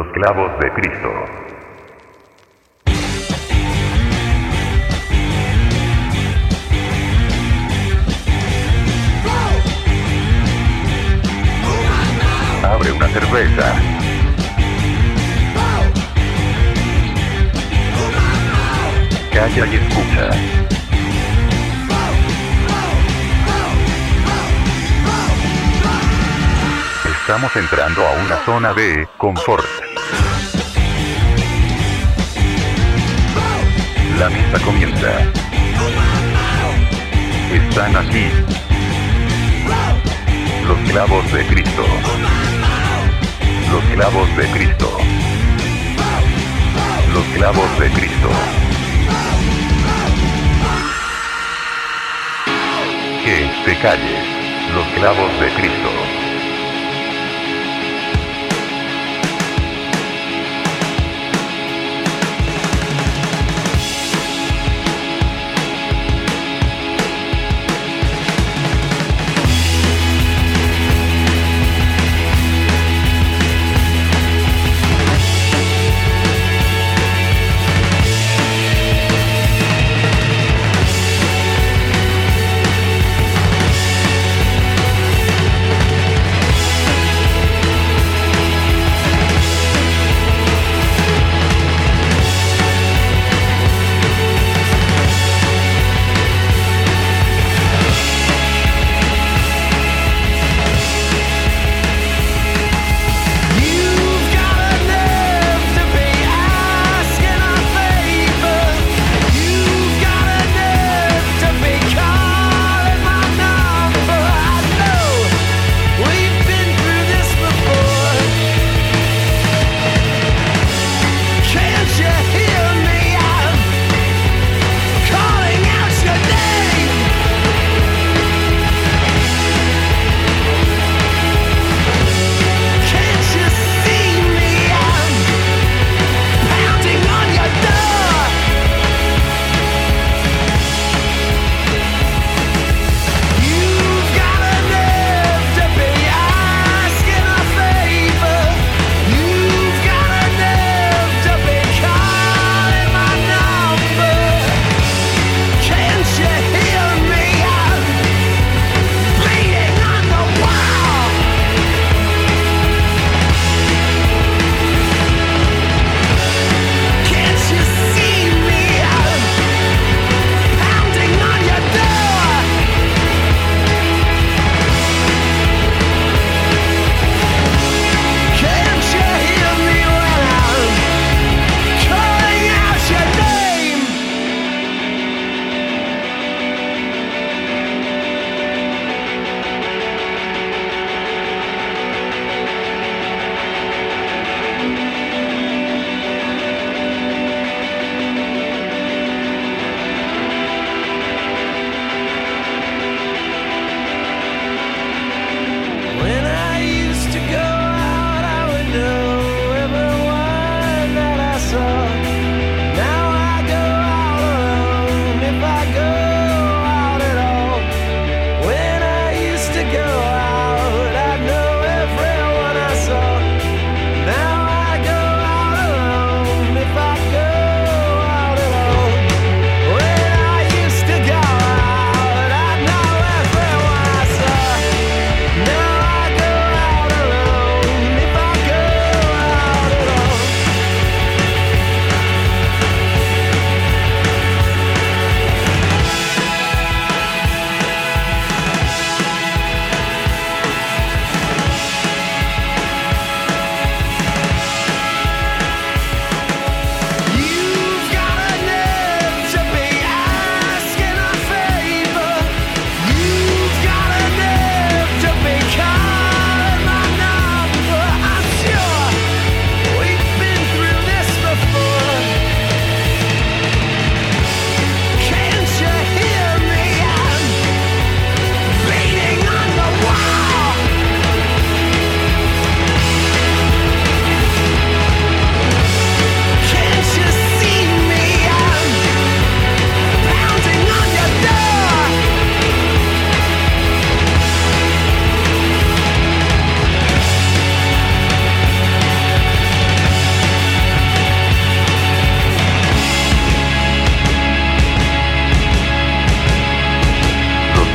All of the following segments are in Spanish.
Los clavos de Cristo. Abre una cerveza. Calla y escucha. Estamos entrando a una zona de confort. La misa comienza. Están aquí. Los clavos de Cristo. Los clavos de Cristo. Los clavos de Cristo. Que te calles. Los clavos de Cristo.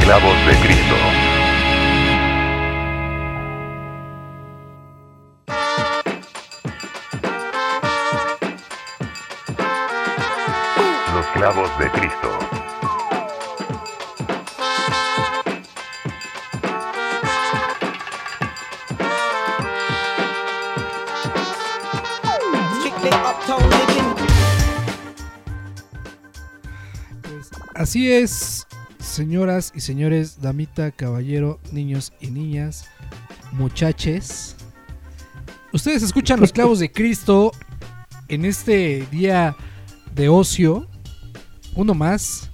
clavos de Cristo. Los clavos de Cristo. Así es, señoras y señores, damita, caballero, niños y niñas, muchaches. Ustedes escuchan Los Clavos de Cristo en este día de ocio, uno más.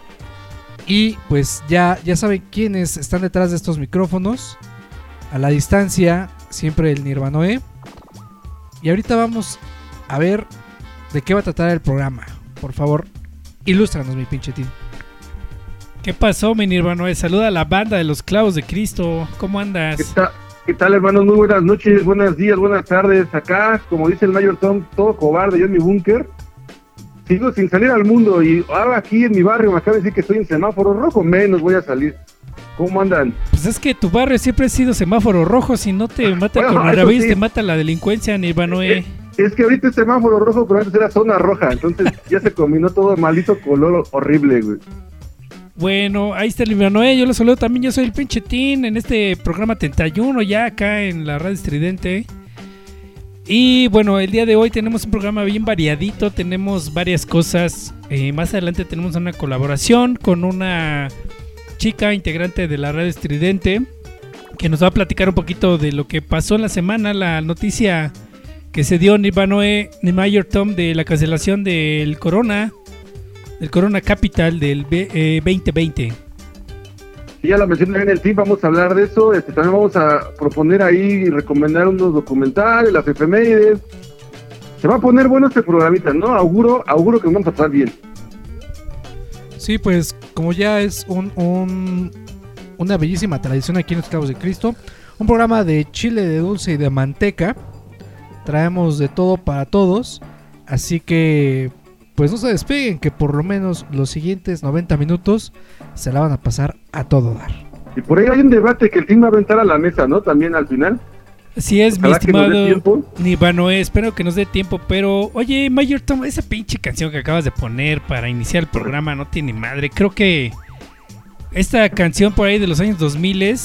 Y pues ya saben quiénes están detrás de estos micrófonos. A la distancia, siempre el Nirvanoe. Y ahorita vamos a ver de qué va a tratar el programa. Por favor, ilústranos, mi pinche team. ¿Qué pasó, mi Nirvanoe? Saluda a la banda de Los Clavos de Cristo. ¿Cómo andas? ¿Qué tal, hermanos? Muy buenas noches, buenos días, buenas tardes. Acá, como dice el Mayor Tom, todo cobarde, yo en mi búnker. Sigo sin salir al mundo y ahora aquí en mi barrio me acaba de decir que estoy en semáforo rojo, menos voy a salir. ¿Cómo andan? Pues es que tu barrio siempre ha sido semáforo rojo. Si no te mata el coronavirus, sí, te mata la delincuencia, Nirvanoe. Es que ahorita es semáforo rojo, pero antes era zona roja. Entonces ya se combinó todo maldito color horrible, güey. Bueno, ahí está el Nirvanoe. Yo lo saludo también. Yo soy el pinche Tin en este programa 31, ya acá en la radio estridente. Y bueno, el día de hoy tenemos un programa bien variadito. Tenemos varias cosas. Más adelante tenemos una colaboración con una chica integrante de la radio estridente que nos va a platicar un poquito de lo que pasó en la semana, la noticia que se dio Nirvanoe, Mayor Tom, de la cancelación del Corona Capital del 2020. Y ya la mencioné en el team, vamos a hablar de eso. También vamos a proponer ahí y recomendar unos documentales, las efemérides. Se va a poner bueno este programita, ¿no? Auguro que vamos a pasar bien. Sí, pues como ya es una bellísima tradición aquí en Los Clavos de Cristo, un programa de chile, de dulce y de manteca. Traemos de todo para todos, así que pues no se despeguen, que por lo menos los siguientes 90 minutos se la van a pasar a todo dar. Y por ahí hay un debate que el team va a aventar a la mesa, ¿no? También al final. Así es, mi estimado Nirvanoe, espero que nos dé tiempo, pero oye, Mayor Tom, esa pinche canción que acabas de poner para iniciar el programa no tiene madre. Creo que esta canción por ahí de los años 2000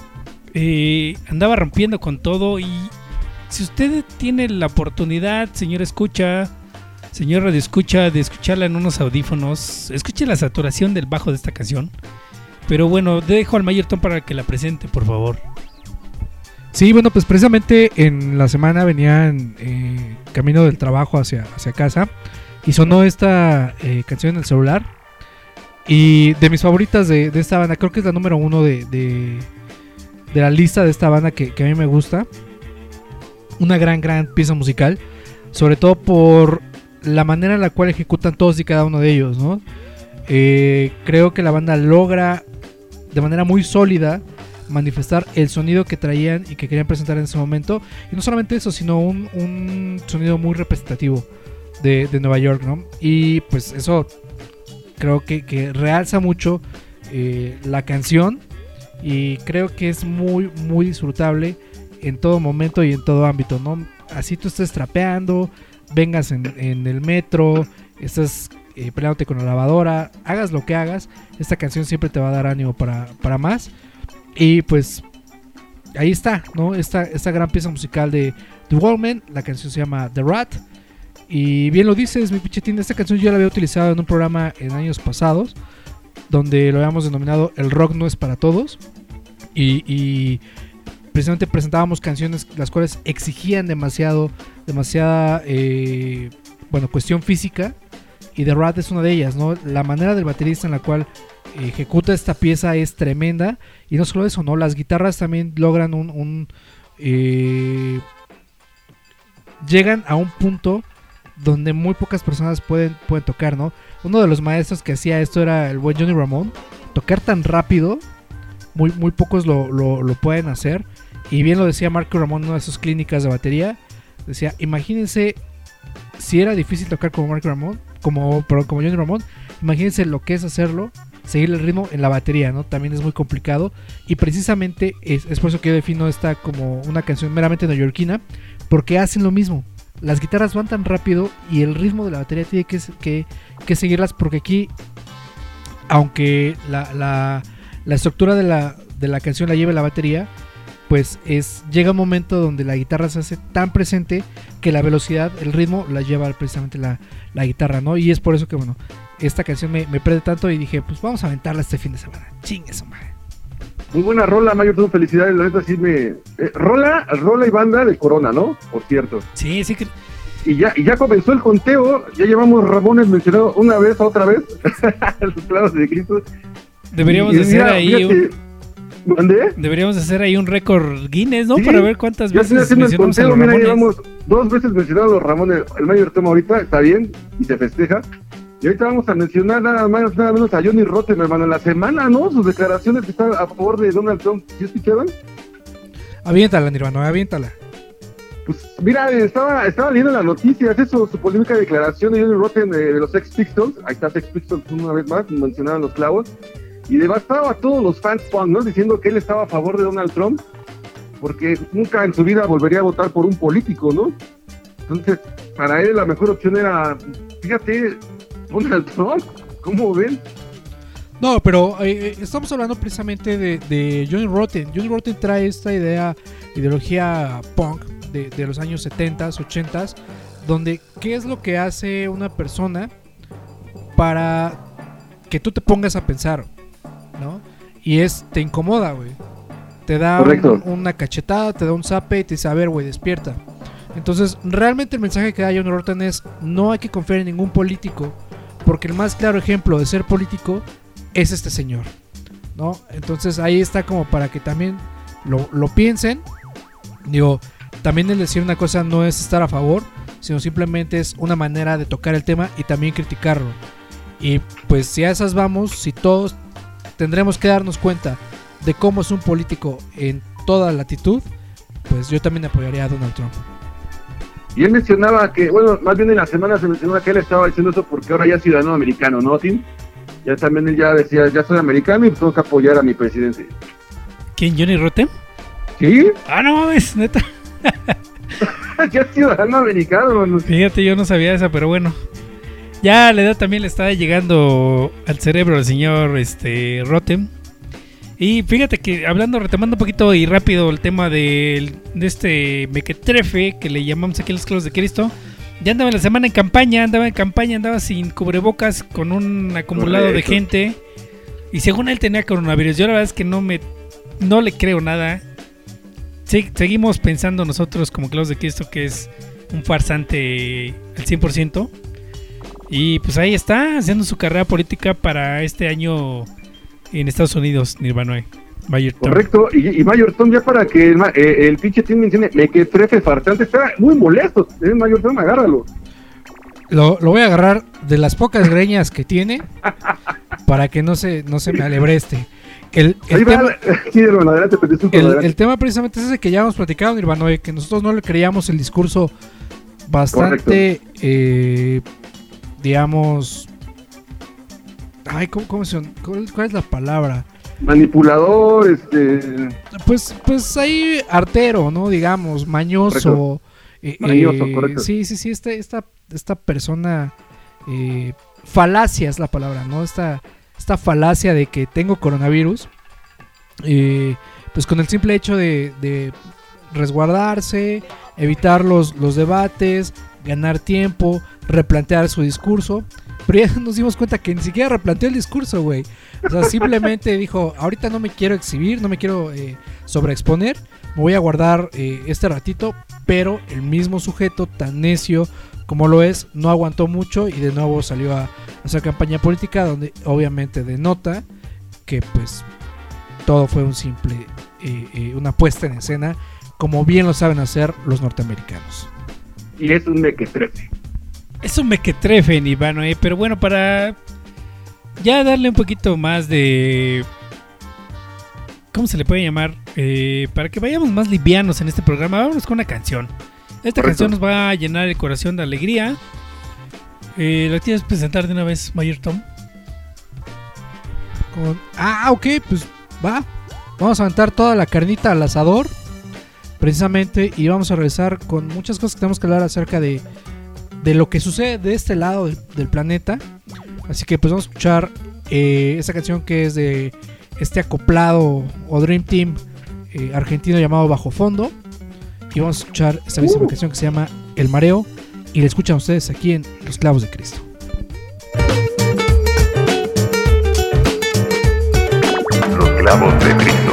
andaba rompiendo con todo. Y si usted tiene la oportunidad, señor radio escucha, de escucharla en unos audífonos, escuche la saturación del bajo de esta canción. Pero bueno, dejo al Mayor Tom para que la presente, por favor. Sí, bueno, pues precisamente en la semana venían camino del trabajo hacia casa y sonó esta canción en el celular. Y de mis favoritas de esta banda, creo que es la número 1 de la lista de esta banda que a mí me gusta. Una gran pieza musical, sobre todo por la manera en la cual ejecutan todos y cada uno de ellos, ¿no? Creo que la banda logra de manera muy sólida manifestar el sonido que traían y que querían presentar en ese momento. Y no solamente eso, sino un sonido muy representativo de Nueva York, ¿no? Y pues eso creo que realza mucho la canción. Y creo que es muy disfrutable en todo momento y en todo ámbito, ¿no? Así tú estés trapeando, vengas en el metro, estás peleándote con la lavadora, hagas lo que hagas, esta canción siempre te va a dar ánimo para más. Y pues ahí está, ¿no? Esta gran pieza musical de The Wallman. La canción se llama The Rat. Y bien lo dices, mi pichetín, esta canción yo la había utilizado en un programa en años pasados, donde lo habíamos denominado El Rock No Es Para Todos. Y precisamente presentábamos canciones las cuales exigían demasiada cuestión física. Y The Rat es una de ellas, ¿no? La manera del baterista en la cual ejecuta esta pieza es tremenda. Y no solo eso, ¿no? Las guitarras también logran llegan a un punto donde muy pocas personas pueden tocar, ¿no? Uno de los maestros que hacía esto era el buen Johnny Ramone. Tocar tan rápido, muy pocos lo pueden hacer. Y bien lo decía Marky Ramone en una de sus clínicas de batería. Decía, imagínense si era difícil tocar como Marky Ramone, como Johnny Ramone, imagínense lo que es hacerlo seguir el ritmo en la batería, ¿no? También es muy complicado. Y precisamente es por eso que yo defino esta como una canción meramente neoyorquina, porque hacen lo mismo. Las guitarras van tan rápido y el ritmo de la batería tiene que seguirlas, porque aquí, aunque la estructura de la canción la lleve la batería, pues llega un momento donde la guitarra se hace tan presente que la velocidad, el ritmo la lleva precisamente la guitarra, ¿no? Y es por eso que, bueno, esta canción me prende tanto y dije, pues vamos a aventarla este fin de semana. Chingue su madre. Muy buena rola, Mayor Tom, felicidades, la neta sí me... rola y banda de Corona, ¿no? Por cierto. Sí, sí que... Y ya comenzó el conteo, ya llevamos Ramones mencionado una vez, otra vez, los clavos de Cristo. Deberíamos hacer ahí Deberíamos hacer ahí un récord Guinness, ¿no? Sí, para ver cuántas ya veces haciendo el mencionamos a conteo, los mira, Ramones. llevamos 2 veces mencionados los Ramones, el Mayor Tom ahorita, está bien, y se festeja. Y ahorita vamos a mencionar nada menos a Johnny Rotten, hermano, en la semana, ¿no? Sus declaraciones que están a favor de Donald Trump, ¿sí escuchaban? Aviéntala, Nirvana, aviéntala. Pues mira, estaba leyendo las noticias, su polémica declaración de Johnny Rotten de los Sex Pistols, ahí está Sex Pistols una vez más, mencionaban los clavos, y devastaba a todos los fans punk, ¿no? Diciendo que él estaba a favor de Donald Trump, porque nunca en su vida volvería a votar por un político, ¿no? Entonces, para él la mejor opción era, fíjate, Donald Trump, ¿cómo ven? No, pero estamos hablando precisamente de Johnny Rotten. Johnny Rotten trae esta ideología punk de los años 70s, 80s, donde ¿qué es lo que hace una persona para que tú te pongas a pensar, ¿no? Y te incomoda, güey. Te da una cachetada, te da un zape y te dice, a ver, güey, despierta. Entonces, realmente el mensaje que da Johnny Rotten es, no hay que confiar en ningún político, porque el más claro ejemplo de ser político es este señor, ¿no? Entonces ahí está como para que también lo piensen. Digo, también el decir una cosa no es estar a favor, sino simplemente es una manera de tocar el tema y también criticarlo. Y pues si a esas vamos, si todos tendremos que darnos cuenta de cómo es un político en toda latitud, pues yo también apoyaría a Donald Trump. Y él mencionaba que, bueno, más bien en la semana se mencionaba que él estaba diciendo eso porque ahora ya es ciudadano americano, ¿no, Tim? Ya también él ya decía, ya soy americano y tengo que apoyar a mi presidente. ¿Quién, Johnny Rotten? ¿Sí? Ah, no mames, neta. Ya es ciudadano americano, ¿no? Fíjate, yo no sabía esa, pero bueno. Ya la edad también le está llegando al cerebro al señor Rotten. Y fíjate que retomando un poquito y rápido el tema de este mequetrefe que le llamamos aquí los clavos de Cristo. Ya andaba la semana en campaña, andaba sin cubrebocas con un acumulado de gente. Y según él tenía coronavirus. Yo la verdad es que no le creo nada. Sí, seguimos pensando nosotros como clavos de Cristo que es un farsante al 100%. Y pues ahí está, haciendo su carrera política para este año en Estados Unidos, Nirvana. Mayor Tom. Correcto, y Mayor Tom, ya para que el pinche Tim mencione que trefe farsante, está muy molesto, Mayor Tom, agárralo. Lo voy a agarrar de las pocas greñas que para que no se me alebreste. El tema precisamente es ese que ya hemos platicado, Nirvana, que nosotros no le creíamos el discurso bastante, digamos, ay, ¿cuál es la palabra? Manipulador, pues ahí artero, ¿no? Digamos, mañoso. Mañoso, correcto. Sí, esta persona, falacia es la palabra, ¿no? Esta falacia de que tengo coronavirus, pues con el simple hecho de resguardarse, evitar los debates, ganar tiempo, replantear su discurso. Pero ya nos dimos cuenta que ni siquiera replanteó el discurso, güey. O sea, simplemente dijo, ahorita no me quiero exhibir, no me quiero sobreexponer, me voy a guardar este ratito. Pero el mismo sujeto, tan necio como lo es, no aguantó mucho y de nuevo salió a hacer campaña política, donde obviamente denota que pues todo fue un simple, una puesta en escena, como bien lo saben hacer los norteamericanos. Y es un mequetrefe. Es un mequetrefe, Nirvana, pero bueno, para ya darle un poquito más de... ¿Cómo se le puede llamar? Para que vayamos más livianos en este programa, vámonos con una canción. Esta canción nos va a llenar el corazón de alegría. ¿La tienes que presentar de una vez, Mayor Tom? Ok, pues va. Vamos a aventar toda la carnita al asador. Precisamente. Y vamos a regresar con muchas cosas que tenemos que hablar acerca de lo que sucede de este lado del planeta. Así que pues vamos a escuchar esta canción que es de este acoplado o Dream Team argentino llamado Bajo Fondo. Y vamos a escuchar esta misma canción que se llama El Mareo. Y la escuchan ustedes aquí en Los Clavos de Cristo. Los Clavos de Cristo.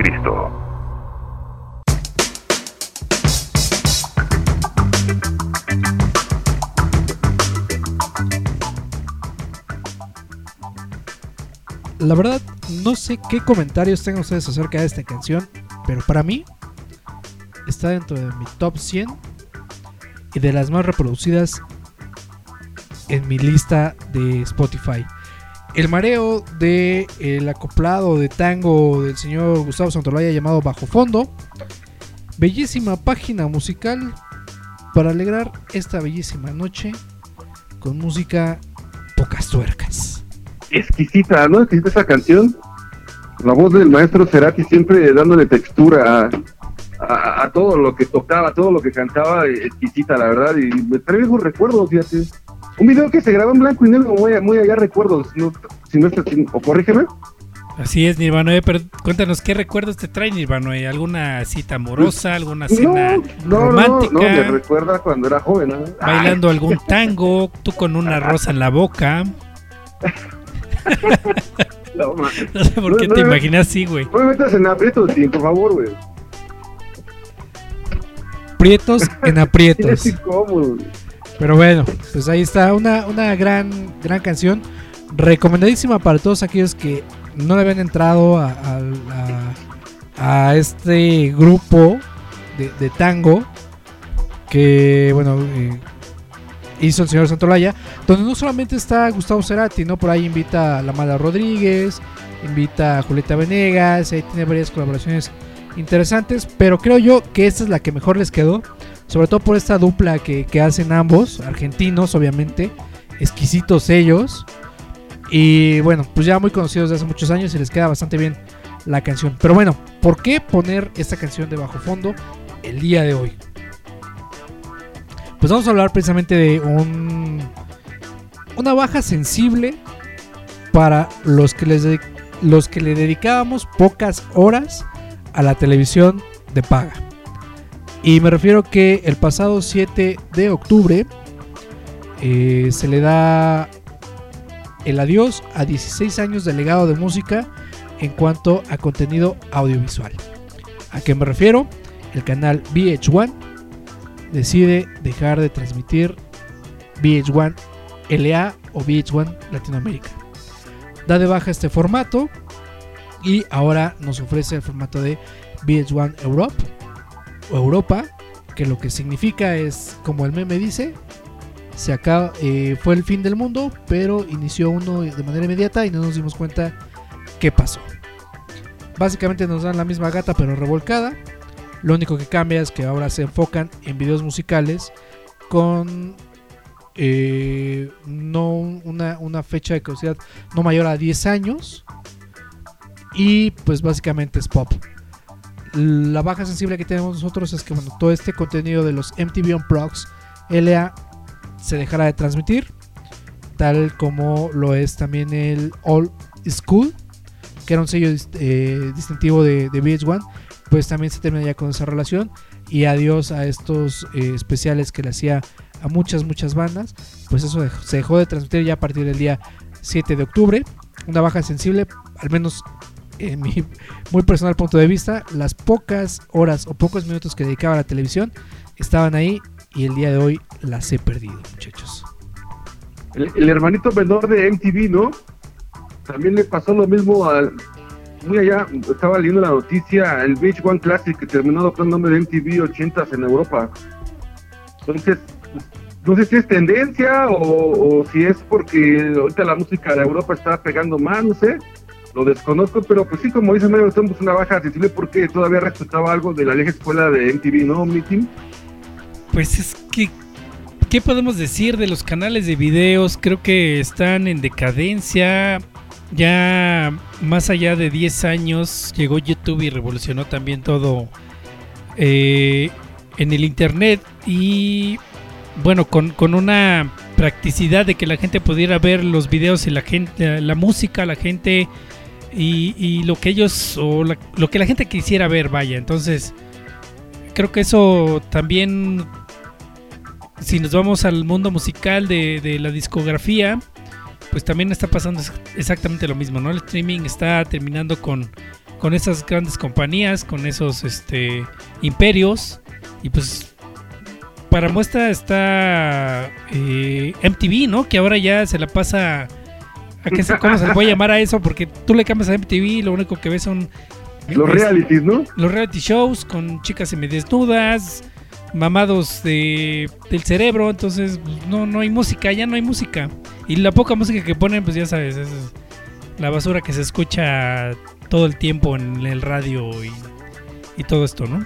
Cristo. La verdad, no sé qué comentarios tengan ustedes acerca de esta canción, pero para mí está dentro de mi top 100 y de las más reproducidas en mi lista de Spotify. El mareo de el acoplado de tango del señor Gustavo Santaolalla llamado Bajo Fondo. Bellísima página musical para alegrar esta bellísima noche con música pocas tuercas. Exquisita, ¿no? Exquisita esa canción. La voz del maestro Cerati siempre dándole textura a todo lo que tocaba, todo lo que cantaba, exquisita, la verdad. Y me trae viejos recuerdos, fíjate. Un video que se grabó en blanco y negro, muy allá recuerdos. No, si no está, o corrígeme. Así es, Nirvanoe, pero cuéntanos, ¿qué recuerdos te trae Nirvanoe? ¿Alguna cita amorosa, alguna cena romántica? No, me recuerda cuando era joven, ¿no? Bailando algún tango, tú con una rosa en la boca. No sé por qué te imaginas así, güey. No me metas en aprietos, sí, por favor, güey. Prietos en aprietos. Es incómodo, güey. Pero bueno, pues ahí está una gran canción. Recomendadísima para todos aquellos que no le habían entrado a este grupo de tango que, bueno, hizo el señor Santaolalla, donde no solamente está Gustavo Cerati, ¿no? Por ahí invita a La Mala Rodríguez, invita a Julieta Venegas, ahí tiene varias colaboraciones interesantes, pero creo yo que esta es la que mejor les quedó, sobre todo por esta dupla que hacen ambos, argentinos obviamente, exquisitos ellos, y bueno, pues ya muy conocidos desde hace muchos años y les queda bastante bien la canción. Pero bueno, ¿por qué poner esta canción de Bajo Fondo el día de hoy? Pues vamos a hablar precisamente de una baja sensible para los que le dedicábamos pocas horas a la televisión de paga. Y me refiero que el pasado 7 de octubre se le da el adiós a 16 años de legado de música en cuanto a contenido audiovisual. ¿A qué me refiero? El canal VH1 decide dejar de transmitir VH1 LA o VH1 Latinoamérica. Da de baja este formato y ahora nos ofrece el formato de VH1 Europe o Europa, que lo que significa es, como el meme dice, se acaba, fue el fin del mundo, pero inició uno de manera inmediata y no nos dimos cuenta qué pasó. Básicamente nos dan la misma gata pero revolcada. Lo único que cambia es que ahora se enfocan en videos musicales con no una fecha de caducidad no mayor a 10 años. Y pues básicamente es pop. La baja sensible que tenemos nosotros es que, bueno, todo este contenido de los MTV Unplugged LA se dejará de transmitir, tal como lo es también el Old School, que era un sello distintivo de VH1. Pues también se termina ya con esa relación y adiós a estos especiales que le hacía a muchas bandas. Pues eso se dejó de transmitir ya a partir del día 7 de octubre. Una baja sensible, al menos en mi muy personal punto de vista. Las pocas horas o pocos minutos que dedicaba a la televisión estaban ahí y el día de hoy las he perdido, muchachos. El hermanito menor de MTV, ¿no? También le pasó lo mismo al... Muy allá, estaba leyendo la noticia, el VH1 Classic, que terminó adoptando el nombre de MTV 80s en Europa. Entonces, no sé si es tendencia o si es porque ahorita la música de Europa está pegando más, no sé. Lo desconozco, pero pues sí, como dice Mario, estamos una baja sensible porque todavía respetaba algo de la vieja escuela de MTV, ¿no, Mitim? Pues es que, ¿qué podemos decir de los canales de videos? Creo que están en decadencia. Ya más allá de 10 años llegó YouTube y revolucionó también todo en el internet. Y bueno, con una practicidad de que la gente pudiera ver los videos y la música, la gente y lo que ellos o lo que la gente quisiera ver, vaya. Entonces creo que eso también, si nos vamos al mundo musical de la discografía, pues también está pasando exactamente lo mismo, ¿no? El streaming está terminando con con esas grandes compañías, con esos imperios. Y pues para muestra está MTV, ¿no? Que ahora ya se la pasa ¿cómo se le puede llamar a eso? Porque tú le cambias a MTV y lo único que ves son los realities, ¿no? Los reality shows con chicas semidesnudas, mamados del cerebro. Entonces no hay música, ya no hay música. Y la poca música que ponen, pues ya sabes, es la basura que se escucha todo el tiempo en el radio y todo esto, ¿no?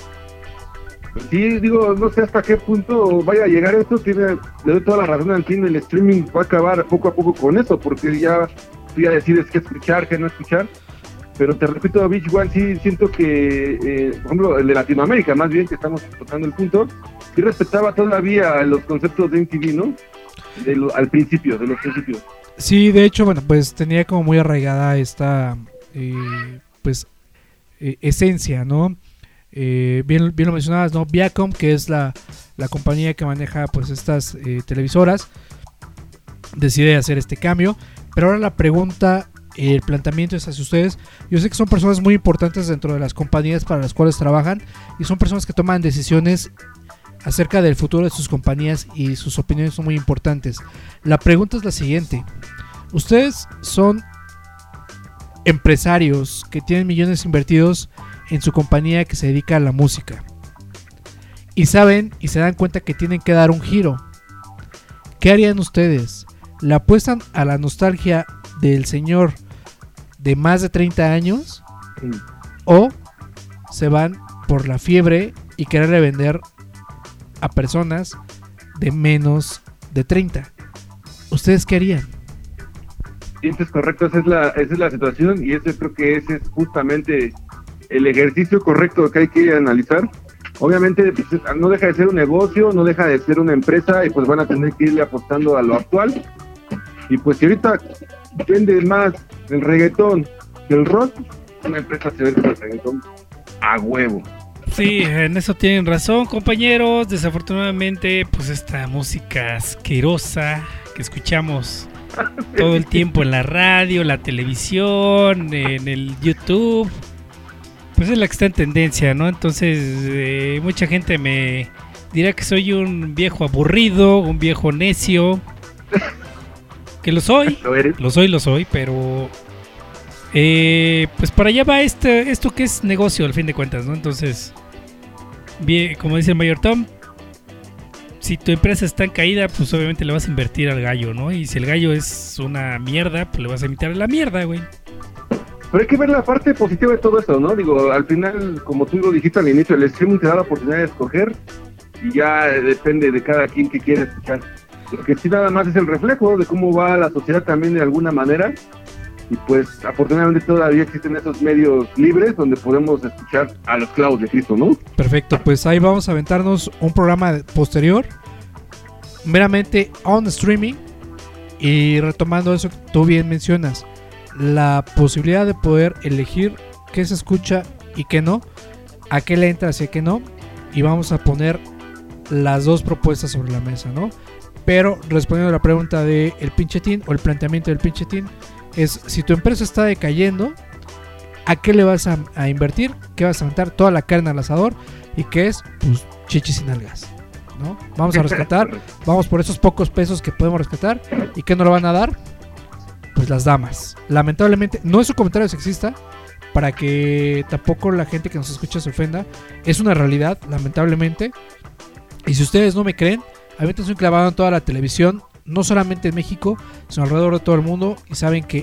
Sí, digo, no sé hasta qué punto vaya a llegar esto. Le doy toda la razón al fin. El streaming va a acabar poco a poco con eso, porque tú ya decides qué escuchar, qué no escuchar. Pero te repito, Beach One, sí siento que, por ejemplo, el de Latinoamérica, más bien, que estamos tocando el punto, sí respetaba todavía los conceptos de MTV, ¿no? De los principios. Sí, de hecho, bueno, pues tenía como muy arraigada esta, esencia, ¿no? Bien lo mencionabas, ¿no? Viacom, que es la compañía que maneja pues estas televisoras, decide hacer este cambio. Pero ahora la pregunta, el planteamiento es hacia ustedes. Yo sé que son personas muy importantes dentro de las compañías para las cuales trabajan, y son personas que toman decisiones acerca del futuro de sus compañías, y sus opiniones son muy importantes. La pregunta es la siguiente: ustedes son empresarios que tienen millones invertidos en su compañía que se dedica a la música, y saben y se dan cuenta que tienen que dar un giro. ¿Qué harían ustedes? ¿Le apuestan a la nostalgia del señor de más de 30 años? ¿O se van por la fiebre y quererle vender a personas de menos de 30? ¿Ustedes qué harían? Sí, es correcto, esa es la situación, y creo que ese es justamente el ejercicio correcto que hay que analizar. Obviamente pues, no deja de ser un negocio, no deja de ser una empresa, y pues van a tener que irle apostando a lo actual. Y pues si ahorita vende más el reggaetón que el rock, una empresa se vende el reggaetón a huevo. Sí, en eso tienen razón, compañeros. Desafortunadamente, pues esta música asquerosa que escuchamos todo el tiempo en la radio, la televisión, en el YouTube, pues es la que está en tendencia, ¿no? Entonces, mucha gente me dirá que soy un viejo aburrido, un viejo necio, que lo soy, lo soy, pero pues para allá va esto que es negocio al fin de cuentas, ¿no? Entonces, bien, como dice el Mayor Tom, si tu empresa está en caída, pues obviamente le vas a invertir al gallo, ¿no? Y si el gallo es una mierda, pues le vas a invitar a la mierda, güey. Pero hay que ver la parte positiva de todo esto, ¿no? Digo, al final, como tú lo dijiste al inicio, el streaming te da la oportunidad de escoger, y ya depende de cada quien que quiera escuchar. Lo que sí nada más es el reflejo de cómo va la sociedad también de alguna manera, y pues afortunadamente todavía existen esos medios libres donde podemos escuchar a los clavos de Cristo, ¿no? Perfecto, pues ahí vamos a aventarnos un programa posterior meramente on streaming, y retomando eso que tú bien mencionas, la posibilidad de poder elegir qué se escucha y qué no, a qué le entra y a qué no, y vamos a poner las dos propuestas sobre la mesa, ¿no? Pero respondiendo a la pregunta de el pinchetín, o el planteamiento del pinchetín, es: si tu empresa está decayendo, ¿a qué le vas a invertir? ¿Qué vas a aventar? Toda la carne al asador, y qué es, pues, chichis y nalgas, ¿no? Vamos a rescatar, vamos por esos pocos pesos que podemos rescatar. ¿Y qué nos lo van a dar? Pues las damas. Lamentablemente, no es un comentario sexista, para que tampoco la gente que nos escucha se ofenda. Es una realidad, lamentablemente. Y si ustedes no me creen, aviéntense un clavado en toda la televisión, no solamente en México, sino alrededor de todo el mundo, y saben que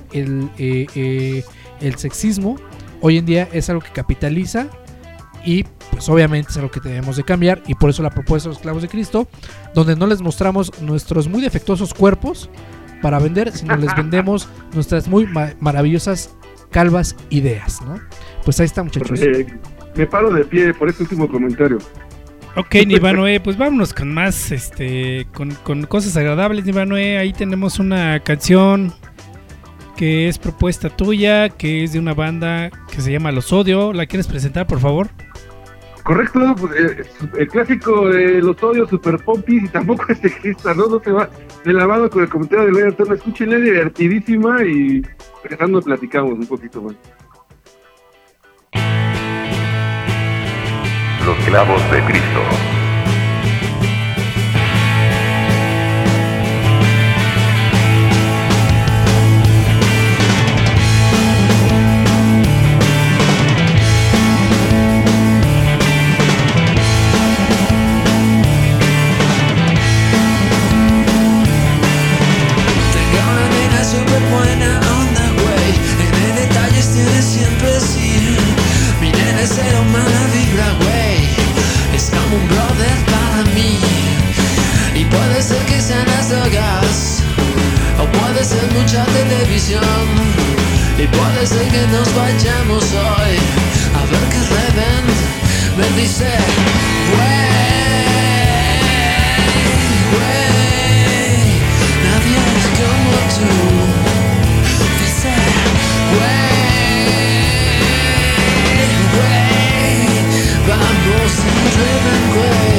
el sexismo hoy en día es algo que capitaliza, y pues obviamente es algo que tenemos de cambiar. Y por eso la propuesta de los clavos de Cristo, donde no les mostramos nuestros muy defectuosos cuerpos para vender, sino les vendemos nuestras muy maravillosas calvas ideas, ¿no? Pues ahí está, muchachos. Me paro de pie por este último comentario. Ok, Nivanoe, pues vámonos con más, con cosas agradables, Nivanoe. Ahí tenemos una canción que es propuesta tuya, que es de una banda que se llama Los Odio. ¿La quieres presentar, por favor? Correcto, pues, el clásico de Los Odios, Super Pompis, y tampoco es sexista, ¿no? No se va de la mano con el comentario de Leonardo. Escúchenla, es divertidísima, y regresando platicamos un poquito más. clavos de Cristo. Y puede ser que nos vayamos hoy a ver que Reven me dice güey, nadie es como tú. Dice güey, vamos en Reven, güey.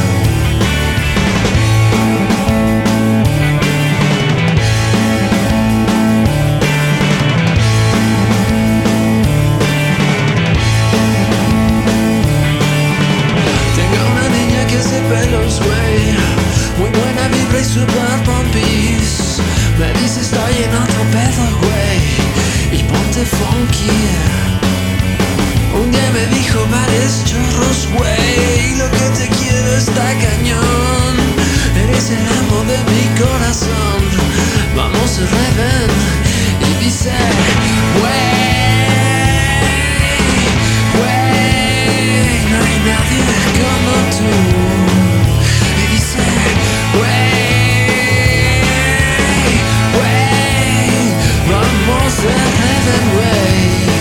Pelos, güey, muy buena vibra y super pompis. Me dice estoy en otro pedo, güey, y ponte funky. Un día me dijo varios chorros, güey, lo que te quiero está cañón. Eres el amo de mi corazón. Vamos Reven. Y dice güey, no hay nadie como tú. Vamos a Heaven Way.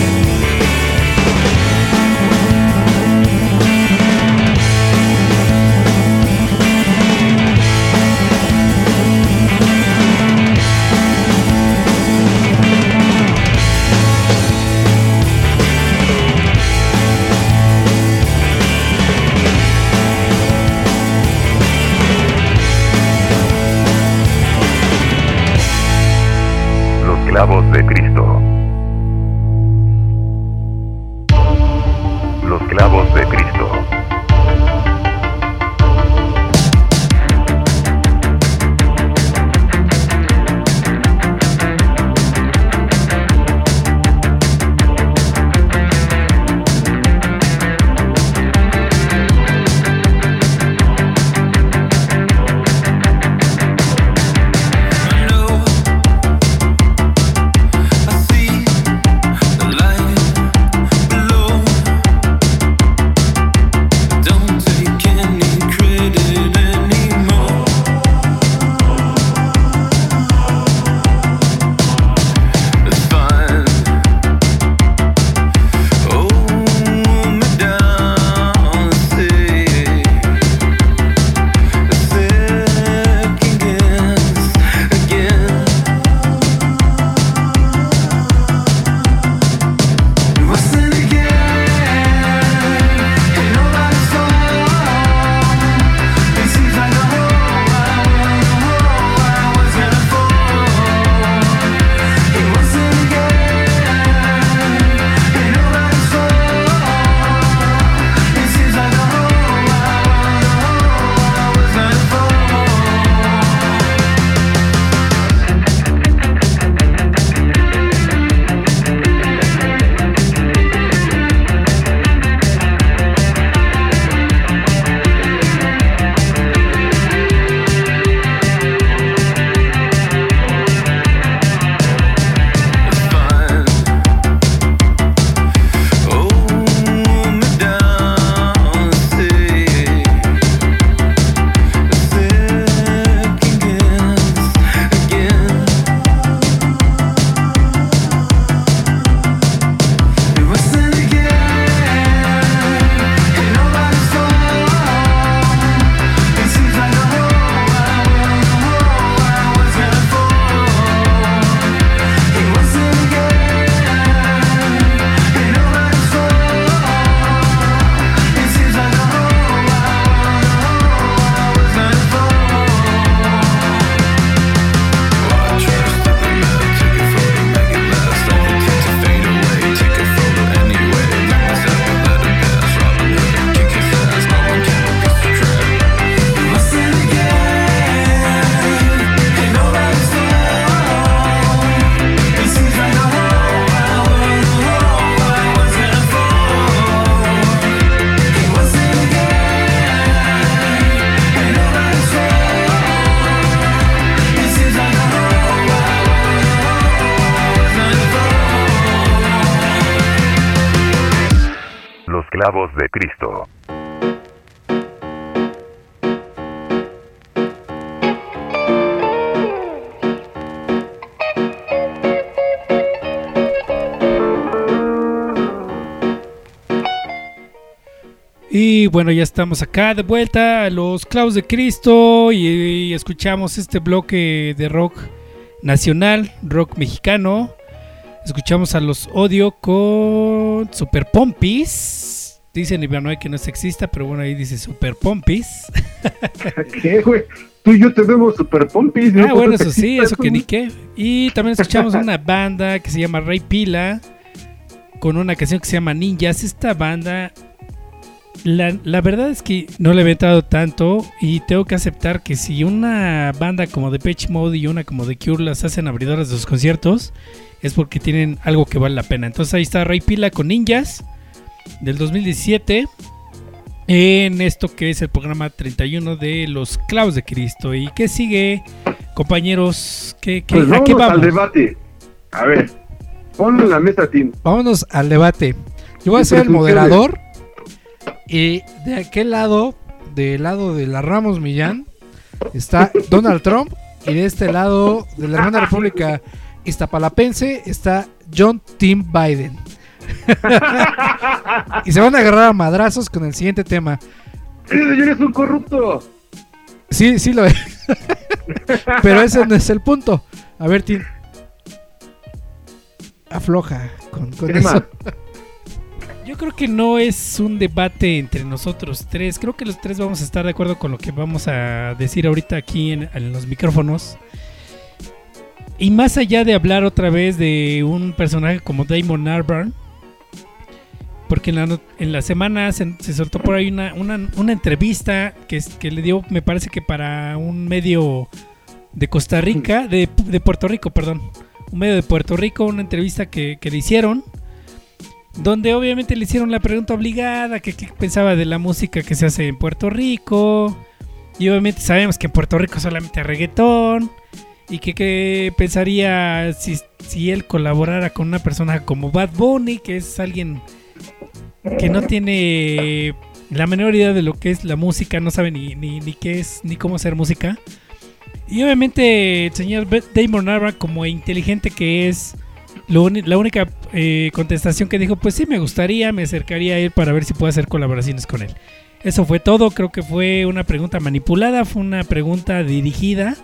Clavos de Cristo. Los clavos de Cristo. clavos de Cristo. Y bueno, ya estamos acá de vuelta a los clavos de Cristo y escuchamos este bloque de rock nacional, rock mexicano. Escuchamos a Los Odio con Super Pompis. Dicen Ivanoy que no es sexista, pero bueno, ahí dice Super Pompis. ¿Qué, güey? Tú y yo tenemos Super Pompis. ¿No? Bueno, eso sí, eso que ni qué. Y también escuchamos una banda que se llama Rey Pila con una canción que se llama Ninjas. Esta banda, la verdad es que no le he inventado tanto y tengo que aceptar que si una banda como Depeche Mode y una como The Cure las hacen abridoras de sus conciertos, es porque tienen algo que vale la pena. Entonces ahí está Rey Pila con Ninjas del 2017 en esto que es el programa 31 de los clavos de Cristo. ¿Y qué sigue, compañeros? Pues ¿A qué vamos vamos? al debate. A ver, ponlo en la mesa, Tim. Vámonos al debate. Yo voy a ser el moderador. Y de aquel lado, del lado de la Ramos Millán, está Donald Trump. Y de este lado, de la hermana república iztapalapense, está John Tim Biden. Y se van a agarrar a madrazos con el siguiente tema. ¡Ese señor es un corrupto! Sí, sí lo es. Pero ese no es el punto. A ver, Tim, afloja con eso. Yo creo que no es un debate entre nosotros tres. Creo que los tres vamos a estar de acuerdo con lo que vamos a decir ahorita aquí en los micrófonos. Y más allá de hablar otra vez de un personaje como Damon Albarn, porque en la semana se soltó por ahí una entrevista que le dio, me parece que para un medio de Costa Rica, de Puerto Rico, perdón. Un medio de Puerto Rico, una entrevista que le hicieron, donde obviamente le hicieron la pregunta obligada, que qué pensaba de la música que se hace en Puerto Rico. Y obviamente sabemos que en Puerto Rico solamente hay reggaetón. Y que pensaría si él colaborara con una persona como Bad Bunny, que es alguien que no tiene la menor idea de lo que es la música, no sabe ni qué es, ni cómo hacer música. Y obviamente el señor Damon Albarn, como inteligente que es, la única contestación que dijo, pues sí, me gustaría, me acercaría a él para ver si puedo hacer colaboraciones con él. Eso fue todo. Creo que fue una pregunta manipulada, fue una pregunta dirigida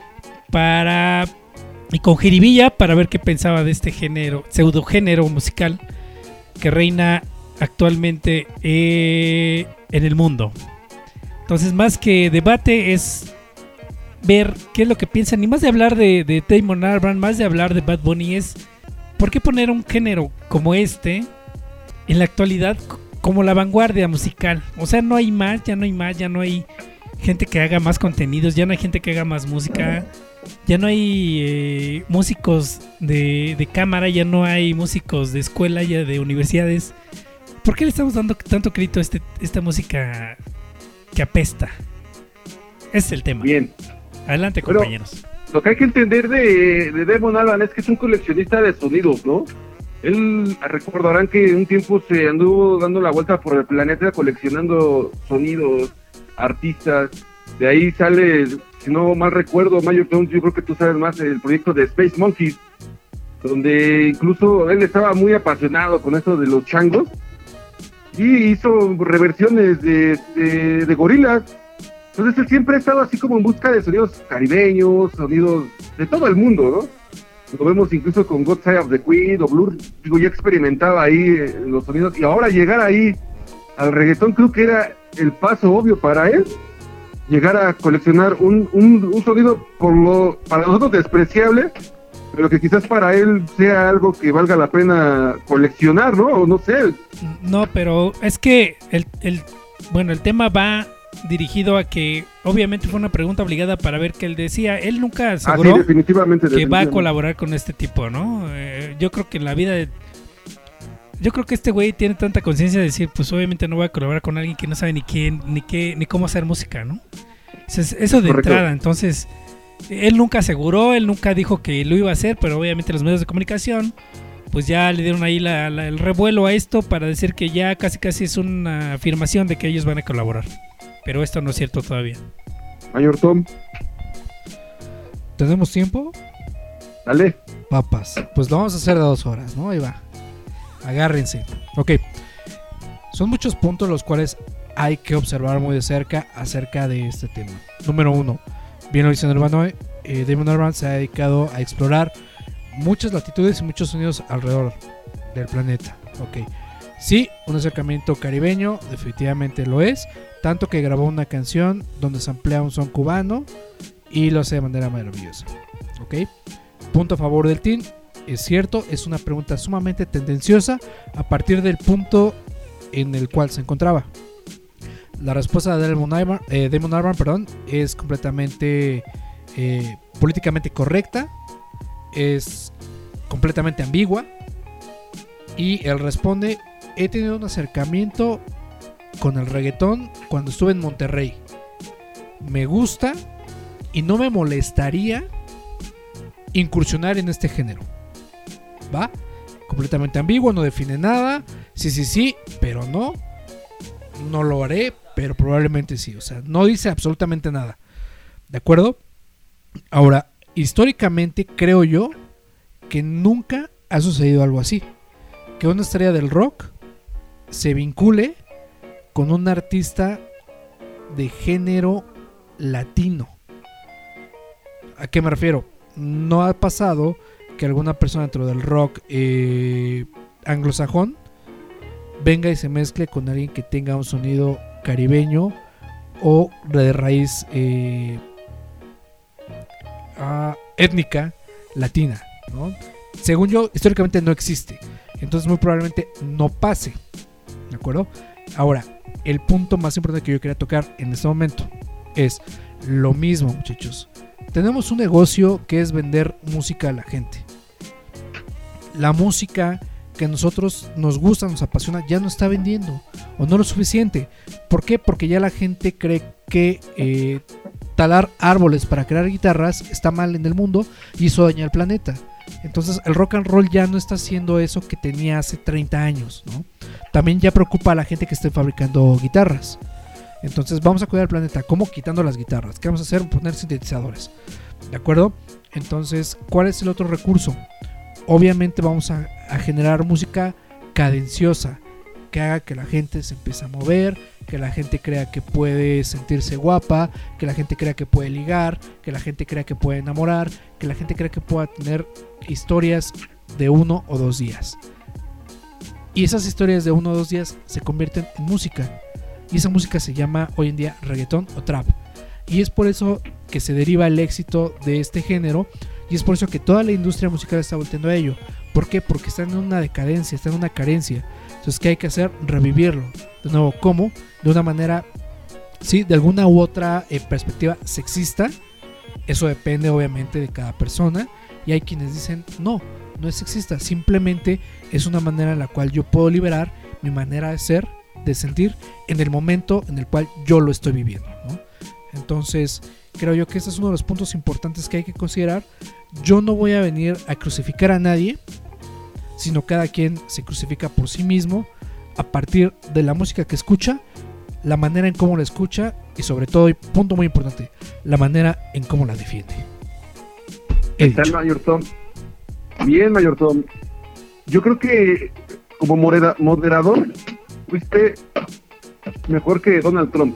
y con jiribilla para ver qué pensaba de este género, pseudo género musical que reina actualmente en el mundo. Entonces, más que debate, es ver qué es lo que piensan. Y más de hablar de Damon Albarn, más de hablar de Bad Bunny, es ¿por qué poner un género como este en la actualidad como la vanguardia musical? O sea, no hay más, ya no hay gente que haga más contenidos, ya no hay gente que haga más música, ya no hay músicos de cámara, ya no hay músicos de escuela, ya de universidades. ¿Por qué le estamos dando tanto crédito a esta música que apesta? Ese es el tema. Bien. Adelante, compañeros. Lo que hay que entender de Damon Albarn es que es un coleccionista de sonidos, ¿no? Él, recordarán que un tiempo se anduvo dando la vuelta por el planeta coleccionando sonidos, artistas. De ahí sale, si no mal recuerdo, Mayor Tom, yo creo que tú sabes más, el proyecto de Space Monkeys, donde incluso él estaba muy apasionado con eso de los changos y hizo reversiones de gorilas. Entonces él siempre ha estado así como en busca de sonidos caribeños, sonidos de todo el mundo, ¿no? Lo vemos incluso con God Side of the Queen o Blur, digo, ya experimentaba ahí los sonidos, y ahora llegar ahí al reggaetón creo que era el paso obvio para él, llegar a coleccionar un sonido para nosotros despreciable, pero que quizás para él sea algo que valga la pena coleccionar, ¿no? O no sé. No, pero es que el tema va dirigido a que obviamente fue una pregunta obligada para ver qué él decía. Él nunca aseguró sí, definitivamente. Va a colaborar con este tipo, ¿no? Yo creo que en la vida yo creo que este güey tiene tanta conciencia de decir, pues obviamente no voy a colaborar con alguien que no sabe ni cómo hacer música, ¿no? Eso de Correcto. entrada. Entonces él nunca aseguró, él nunca dijo que lo iba a hacer, pero obviamente los medios de comunicación pues ya le dieron ahí el revuelo a esto para decir que ya casi es una afirmación de que ellos van a colaborar. Pero esto no es cierto todavía. Mayor Tom, ¿Tenemos tiempo? dale. Papas. Pues lo vamos a hacer de 2 horas, ¿no? Ahí va. Agárrense. Ok. Son muchos puntos los cuales hay que observar muy de cerca acerca de este tema. Número 1. Bien lo dice Nirvana, Damon Albarn se ha dedicado a explorar muchas latitudes y muchos sonidos alrededor del planeta. Ok. Sí, un acercamiento caribeño, definitivamente lo es. Tanto que grabó una canción donde se emplea un son cubano y lo hace de manera maravillosa. Ok. Punto a favor del team. Es cierto, es una pregunta sumamente tendenciosa a partir del punto en el cual se encontraba. La respuesta de Damon Albarn, es completamente políticamente correcta, es completamente ambigua, y él responde: he tenido un acercamiento con el reggaetón cuando estuve en Monterrey, me gusta y no me molestaría incursionar en este género. ¿Va? Completamente ambiguo, no define nada. Sí, pero no lo haré, pero probablemente sí. O sea, no dice absolutamente nada. ¿De acuerdo? Ahora, históricamente creo yo que nunca ha sucedido algo así, que una estrella del rock se vincule con un artista de género latino. ¿A qué me refiero? No ha pasado que alguna persona dentro del rock anglosajón venga y se mezcle con alguien que tenga un sonido caribeño o de raíz étnica latina, ¿no? Según yo, históricamente no existe, entonces muy probablemente no pase. ¿De acuerdo? Ahora, el punto más importante que yo quería tocar en este momento es lo mismo, muchachos. Tenemos un negocio que es vender música a la gente. La música que a nosotros nos gusta, nos apasiona, ya no está vendiendo, o no lo suficiente. ¿Por qué? Porque ya la gente cree que talar árboles para crear guitarras está mal en el mundo y eso daña al planeta. Entonces el rock and roll ya no está haciendo eso que tenía hace 30 años, ¿no? También ya preocupa a la gente que esté fabricando guitarras. Entonces vamos a cuidar el planeta. ¿Cómo? Quitando las guitarras. ¿Qué vamos a hacer? Poner sintetizadores. ¿De acuerdo? Entonces, ¿cuál es el otro recurso? Obviamente vamos a generar música cadenciosa, que haga que la gente se empiece a mover, que la gente crea que puede sentirse guapa, que la gente crea que puede ligar, que la gente crea que puede enamorar, que la gente crea que pueda tener historias de 1 o 2 días. Y esas historias de 1 o 2 días se convierten en música. Y esa música se llama hoy en día reggaetón o trap. Y es por eso que se deriva el éxito de este género. Y es por eso que toda la industria musical está volteando a ello. ¿Por qué? Porque están en una decadencia, están en una carencia. Entonces, ¿qué hay que hacer? Revivirlo. De nuevo, ¿cómo? De una manera, sí, de alguna u otra perspectiva sexista. Eso depende obviamente de cada persona. Y hay quienes dicen, no es sexista. Simplemente es una manera en la cual yo puedo liberar mi manera de ser, de sentir, en el momento en el cual yo lo estoy viviendo, ¿no? Entonces, creo yo que este es uno de los puntos importantes que hay que considerar. Yo no voy a venir a crucificar a nadie, sino cada quien se crucifica por sí mismo a partir de la música que escucha, la manera en cómo la escucha y sobre todo, y punto muy importante, la manera en cómo la defiende. Está el Mayor Tom. Bien, Mayor Tom. Yo creo que como moderador fuiste mejor que Donald Trump.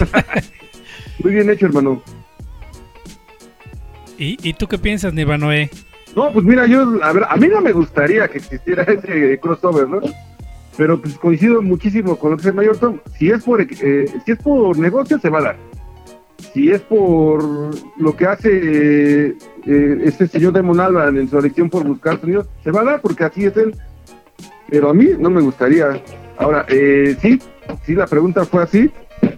Muy bien hecho, hermano. ¿Y tú qué piensas, Nirvanoe? No, pues mira, a mí no me gustaría que existiera ese crossover, ¿no? Pero pues coincido muchísimo con lo que dice el Mayor Tom. Si es por negocio, se va a dar. Si es por lo que hace este señor Damon Albarn en su adicción por buscar sonidos, se va a dar porque así es él. Pero a mí no me gustaría. Ahora, sí, la pregunta fue así.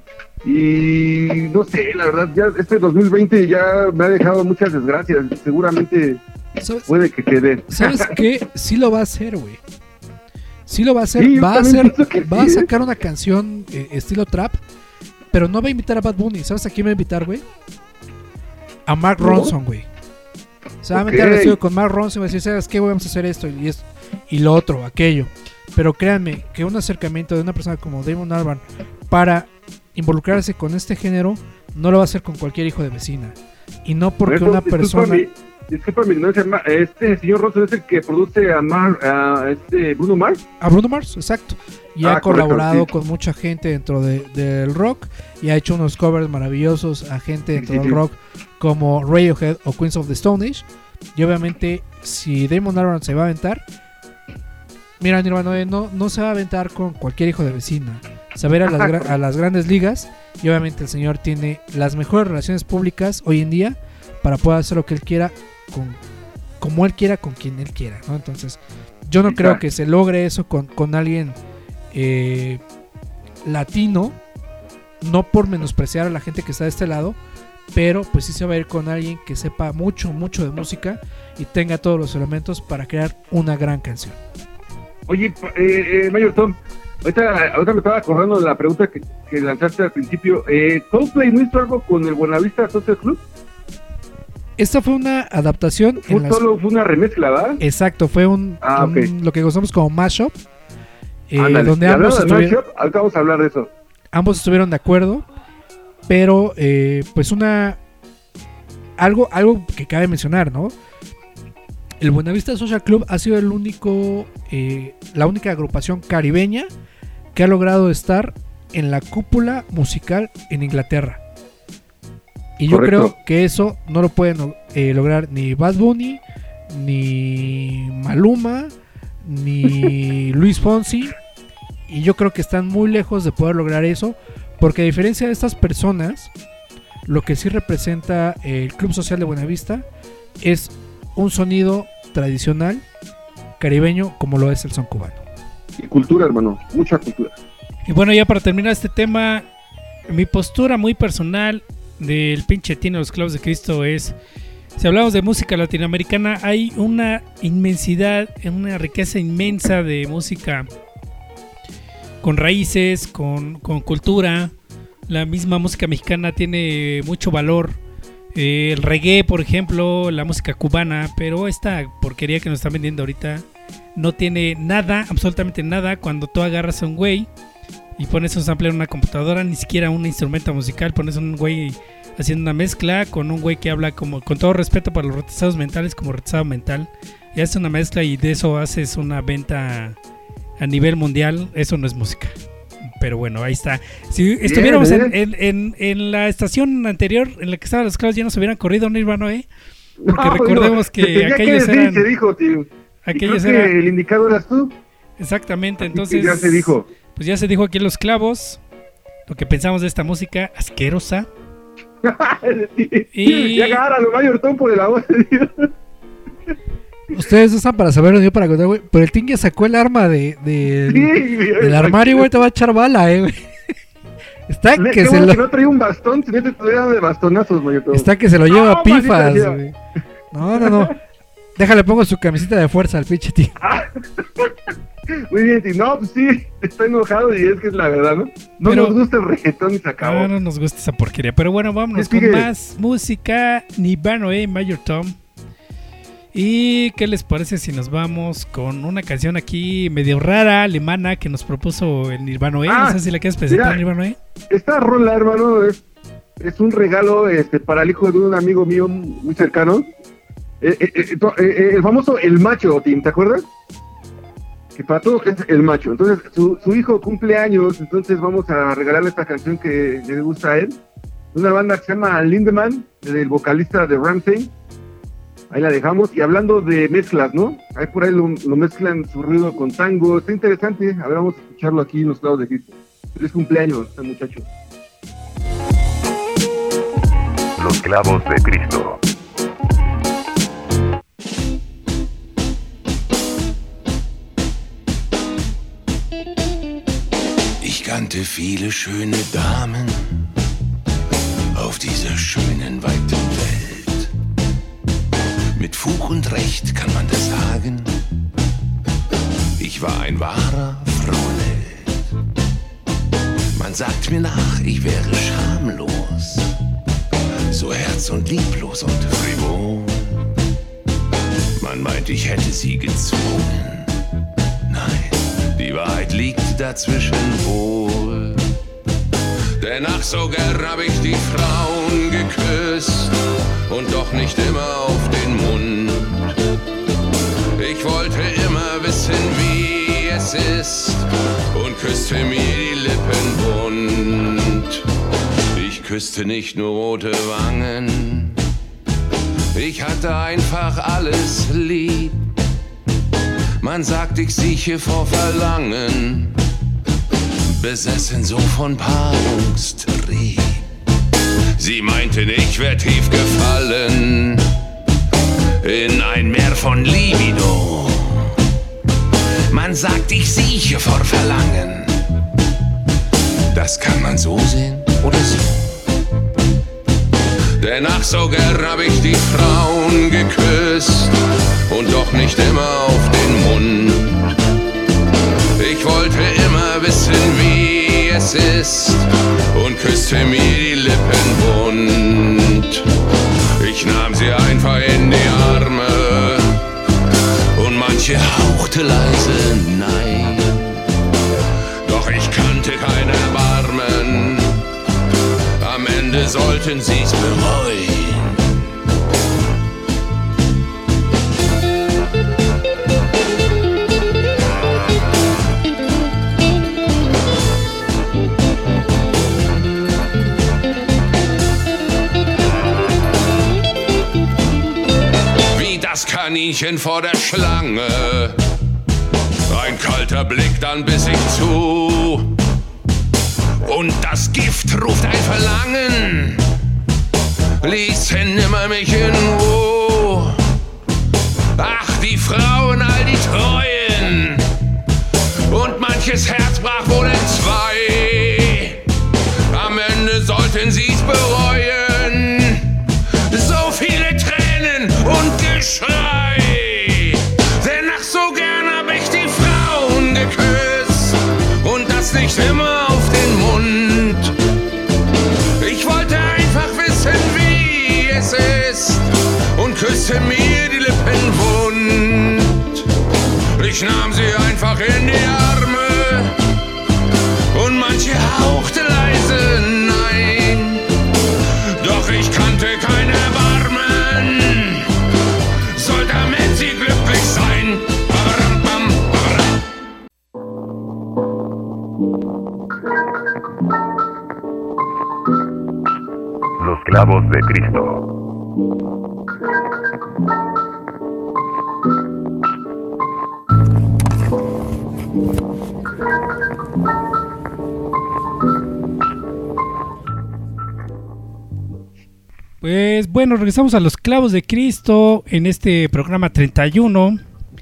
Y no sé, la verdad, ya este 2020 ya me ha dejado muchas desgracias. Seguramente puede que quede. ¿Sabes qué? Sí lo va a hacer, güey. Sí lo va a hacer. Sí, va a sacar una canción estilo trap, pero no va a invitar a Bad Bunny. ¿Sabes a quién va a invitar, güey? A Mark Ronson, güey. Se va a meter al estudio con Mark Ronson y va a decir, ¿sabes qué? Vamos a hacer esto y esto. y lo otro, aquello. Pero créanme que un acercamiento de una persona como Damon Albarn para involucrarse con este género no lo va a hacer con cualquier hijo de vecina. Y no porque Por eso, una persona... Discúlpame, no, este señor Rosso es el que produce a Bruno Mars. A Bruno Mars, exacto. Y ha colaborado correcto, sí. con mucha gente dentro del rock y ha hecho unos covers maravillosos a gente dentro del rock como Radiohead o Queens of the Stone Age. Y obviamente, si Damon Albarn se va a aventar, mira, Nirvana no se va a aventar con cualquier hijo de vecina. Saber a las grandes ligas. Y obviamente el señor tiene las mejores relaciones públicas hoy en día para poder hacer lo que él quiera, como él quiera, con quien él quiera, ¿no? Entonces, yo no creo que se logre eso con alguien latino, no por menospreciar a la gente que está de este lado, pero pues sí se va a ir con alguien que sepa mucho de música y tenga todos los elementos para crear una gran canción. Oye, Mayor Tom, ahorita me estaba acordando de la pregunta que lanzaste al principio. ¿Coldplay no hizo algo con el Buenavista Social Club? Esta fue una adaptación. Fue una remezcla, ¿verdad? Exacto, fue lo que gozamos como mashup. Donde ambos estuvieron. Ahorita vamos a hablar de eso. Ambos estuvieron de acuerdo, pero pues algo que cabe mencionar, ¿no? El Buenavista Social Club ha sido la única agrupación caribeña que ha logrado estar en la cúpula musical en Inglaterra. Y yo creo que eso no lo pueden lograr ni Bad Bunny, ni Maluma, ni Luis Fonsi. Y yo creo que están muy lejos de poder lograr eso, porque a diferencia de estas personas, lo que sí representa el Club Social de Buenavista es un sonido tradicional caribeño como lo es el son cubano. Y cultura, hermano, mucha cultura. Y bueno, ya para terminar este tema, mi postura muy personal del pinche Tino de los Clavos de Cristo es: si hablamos de música latinoamericana, hay una inmensidad, una riqueza inmensa de música con raíces, con cultura. La misma música mexicana tiene mucho valor. El reggae, por ejemplo, la música cubana, pero esta porquería que nos están vendiendo ahorita no tiene nada, absolutamente nada. Cuando tú agarras a un güey y pones un sampler en una computadora, ni siquiera un instrumento musical, pones un güey haciendo una mezcla con un güey que habla como, con todo respeto para los retrasados mentales, como retrasado mental, y haces una mezcla y de eso haces una venta a nivel mundial. Eso no es música. Pero bueno, ahí está. Si estuviéramos en la estación anterior en la que estaban los clavos, ya nos hubieran corrido Nirvana, porque recordemos que aquellos eran... Se dijo, tío. Aquellos eran... el indicado eras tú. Exactamente, así entonces... ya se dijo. Pues ya se dijo aquí en Los Clavos lo que pensamos de esta música asquerosa. Y ya agárralo, Mayor Tom, por el amor de Dios. Ustedes no están para saberlo, yo para contar, güey. Pero el Ting ya sacó el arma del armario, güey. Te va a echar bala, güey. Está que se lo... que no traía un bastón, si no te tuviera de bastonazos, Mayor Tom. Está que se lo lleva a pifas, güey. No. Déjale, pongo su camiseta de fuerza al pinche Ting. Muy bien, Ting. No, pues sí, estoy enojado y es que es la verdad, ¿no? No pero nos gusta el reggaetón y se acabó. No nos gusta esa porquería. Pero bueno, vámonos con más música. Nirvana, Mayor Tom. ¿Y qué les parece si nos vamos con una canción aquí medio rara, alemana, que nos propuso el Nirvana? No sé si la quieres presentar, Nirvana. Esta rola, hermano, es un regalo para el hijo de un amigo mío muy cercano. El famoso El Macho, Tim, ¿te acuerdas? Que para todos es El Macho. Entonces, su hijo cumple años, entonces vamos a regalarle esta canción que le gusta a él. Una banda que se llama Lindemann, del vocalista de Rammstein. Ahí la dejamos. Y hablando de mezclas, ¿no? Ahí por ahí lo mezclan su ruido con tango. Está interesante. A ver, vamos a escucharlo aquí en Los Clavos de Cristo. Feliz cumpleaños, este muchacho. Los Clavos de Cristo. Ich kannte viele schöne Damen auf dieser schönen, weiten Welt. Mit Fug und Recht kann man das sagen. Ich war ein wahrer Frauenheld. Man sagt mir nach, ich wäre schamlos, so herz- und lieblos und frivol. Man meint, ich hätte sie gezwungen, Nein, die Wahrheit liegt dazwischen wohl. Denn ach, so gern hab ich die Frauen geküsst und doch nicht immer auf den Mund. Ich wollte immer wissen, wie es ist und küsste mir die Lippen bunt. Ich küsste nicht nur rote Wangen, ich hatte einfach alles lieb. Man sagt, ich sieche vor Verlangen, besessen so von Paarungstrieb. Sie meinten, ich wär tief gefallen in ein Meer von Libido. Man sagt, ich sieche vor Verlangen. Das kann man so sehen oder so. Denn ach, so gern hab ich die Frauen geküsst und doch nicht immer auf den Mund. Ich wollte immer wissen, wie es ist und küsste mir die Lippen bunt. Ich nahm sie einfach in die Arme und manche hauchte leise Nein. Doch ich kannte kein Erbarmen, am Ende sollten sie's bereuen. Das Kaninchen vor der Schlange, ein kalter Blick, dann biss ich zu. Und das Gift ruft ein Verlangen, ließen nimmer mich in Ruhe. Ach, die Frauen, all die Treuen, und manches Herz brach wohl in zwei. Am Ende sollten sie's bereuen, so viele Tränen und Geschrei. Denn ach, so gern hab ich die Frauen geküsst und das nicht immer auf den Mund. Ich wollte einfach wissen, wie es ist und küsste mir die Lippen wund. Ich nahm sie einfach in die Arme und manche hauchte leise Nein. Doch ich kannte kein Erbarmen, soll damit sie glücklich sein. Los clavos de Cristo. Pues bueno, regresamos a Los Clavos de Cristo en este programa 31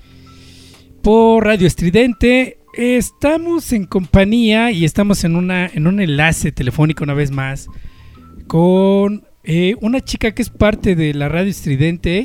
por Radio Estridente. Estamos en compañía y estamos en un enlace telefónico una vez más con una chica que es parte de la Radio Estridente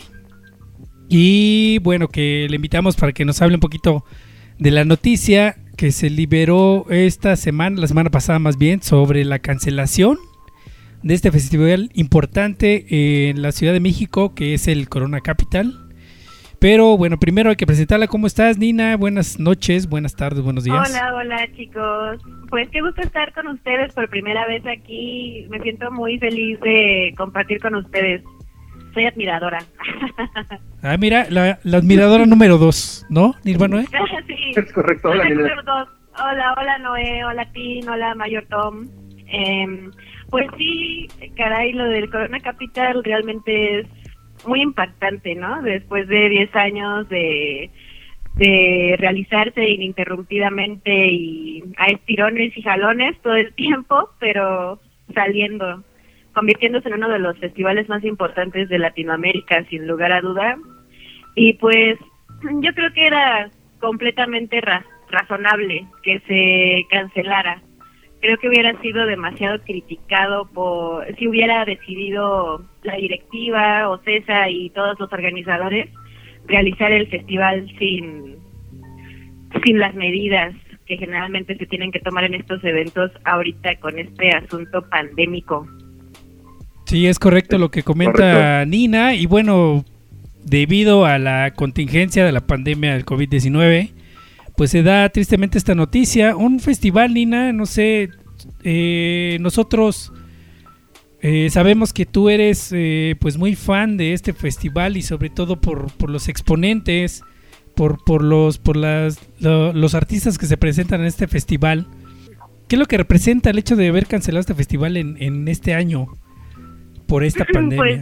y bueno, que le invitamos para que nos hable un poquito de la noticia que se liberó esta semana, la semana pasada más bien, sobre la cancelación de este festival importante en la Ciudad de México, que es el Corona Capital. Pero bueno, primero hay que presentarla. ¿Cómo estás, Nina? Buenas noches, buenas tardes, buenos días. Hola chicos. Pues qué gusto estar con ustedes por primera vez aquí. Me siento muy feliz de compartir con ustedes. Soy admiradora. Ah, mira, la admiradora número 2, ¿no, Nirvana? Sí. Es correcto. Hola, Nina. Hola Noé, hola Tin, hola Mayor Tom. Pues sí, caray, lo del Corona Capital realmente es muy impactante, ¿no? Después de 10 años de realizarse ininterrumpidamente y a estirones y jalones todo el tiempo, pero saliendo, convirtiéndose en uno de los festivales más importantes de Latinoamérica, sin lugar a duda. Y pues yo creo que era completamente razonable que se cancelara. Creo que hubiera sido demasiado criticado si hubiera decidido la directiva, OCESA y todos los organizadores realizar el festival sin las medidas que generalmente se tienen que tomar en estos eventos ahorita con este asunto pandémico. Sí, es correcto lo que comenta Nina. Y bueno, debido a la contingencia de la pandemia del COVID-19, pues se da tristemente esta noticia. Un festival, Nina, no sé, nosotros sabemos que tú eres pues muy fan de este festival y sobre todo por los exponentes, por los artistas que se presentan en este festival. ¿Qué es lo que representa el hecho de haber cancelado este festival en este año por esta pandemia? Pues,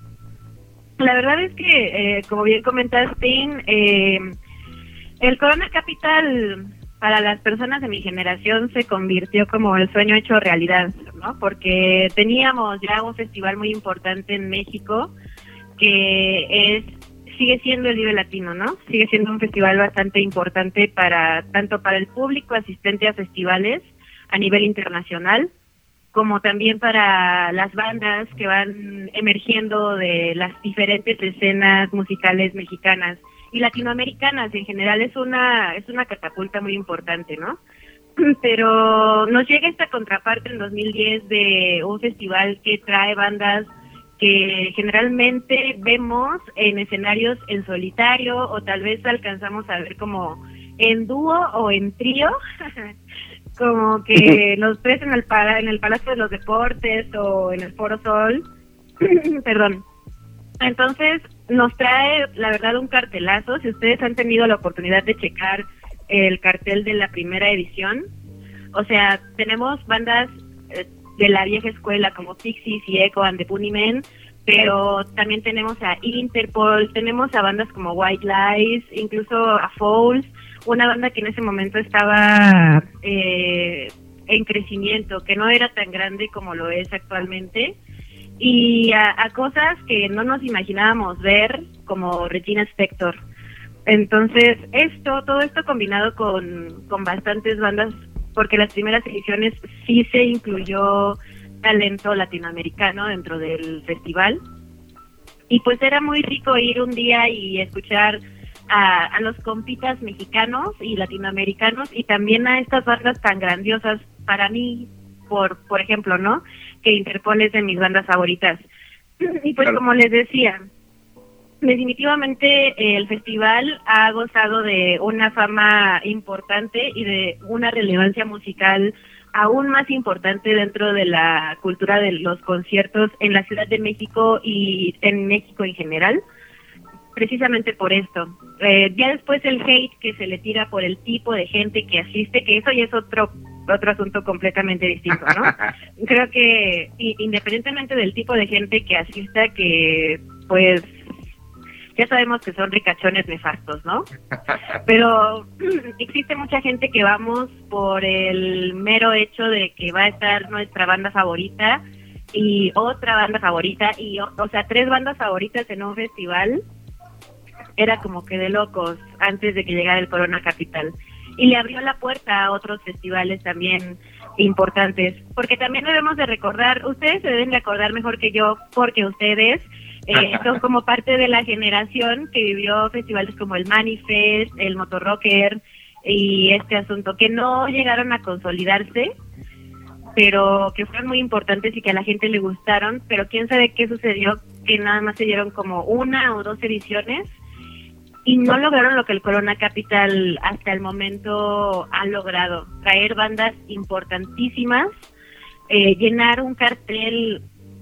la verdad es que, como bien comentaste, el Corona Capital para las personas de mi generación se convirtió como el sueño hecho realidad, ¿no? Porque teníamos ya un festival muy importante en México que sigue siendo el Vive Latino, ¿no? Sigue siendo un festival bastante importante tanto para el público asistente a festivales a nivel internacional, como también para las bandas que van emergiendo de las diferentes escenas musicales mexicanas y latinoamericanas. En general es una catapulta muy importante, ¿no? Pero nos llega esta contraparte en 2010 de un festival que trae bandas que generalmente vemos en escenarios en solitario o tal vez alcanzamos a ver como en dúo o en trío, como que los ves en el Palacio de los Deportes o en el Foro Sol. Perdón. Entonces nos trae, la verdad, un cartelazo. Si ustedes han tenido la oportunidad de checar el cartel de la primera edición, o sea, tenemos bandas de la vieja escuela como Pixies y Echo and the Bunnymen, pero también tenemos a Interpol, tenemos a bandas como White Lies, incluso a Fouls, una banda que en ese momento estaba en crecimiento, que no era tan grande como lo es actualmente, y a cosas que no nos imaginábamos ver, como Regina Spektor. Entonces, todo esto combinado con bastantes bandas, porque las primeras ediciones sí se incluyó talento latinoamericano dentro del festival, y pues era muy rico ir un día y escuchar a los compitas mexicanos y latinoamericanos, y también a estas bandas tan grandiosas para mí, por ejemplo, ¿no? Que Interpol es de mis bandas favoritas. Y pues claro, como les decía, definitivamente el festival ha gozado de una fama importante y de una relevancia musical aún más importante dentro de la cultura de los conciertos en la Ciudad de México y en México en general, precisamente por esto. Ya después el hate que se le tira por el tipo de gente que asiste, que eso ya es otro asunto completamente distinto, ¿no? Creo que independientemente del tipo de gente que asista, que pues ya sabemos que son ricachones nefastos, ¿no? Pero existe mucha gente que vamos por el mero hecho de que va a estar nuestra banda favorita y otra banda favorita, y o sea, 3 bandas favoritas en un festival. Era como que de locos antes de que llegara el Corona Capital. Y le abrió la puerta a otros festivales también importantes. Porque también debemos de recordar, ustedes se deben de acordar mejor que yo, porque ustedes son como parte de la generación que vivió festivales como el Manifest, el Motorrocker y este asunto, que no llegaron a consolidarse, pero que fueron muy importantes y que a la gente le gustaron. Pero quién sabe qué sucedió, que nada más se dieron como 1 o 2 ediciones y no lograron lo que el Corona Capital hasta el momento ha logrado: traer bandas importantísimas, llenar un cartel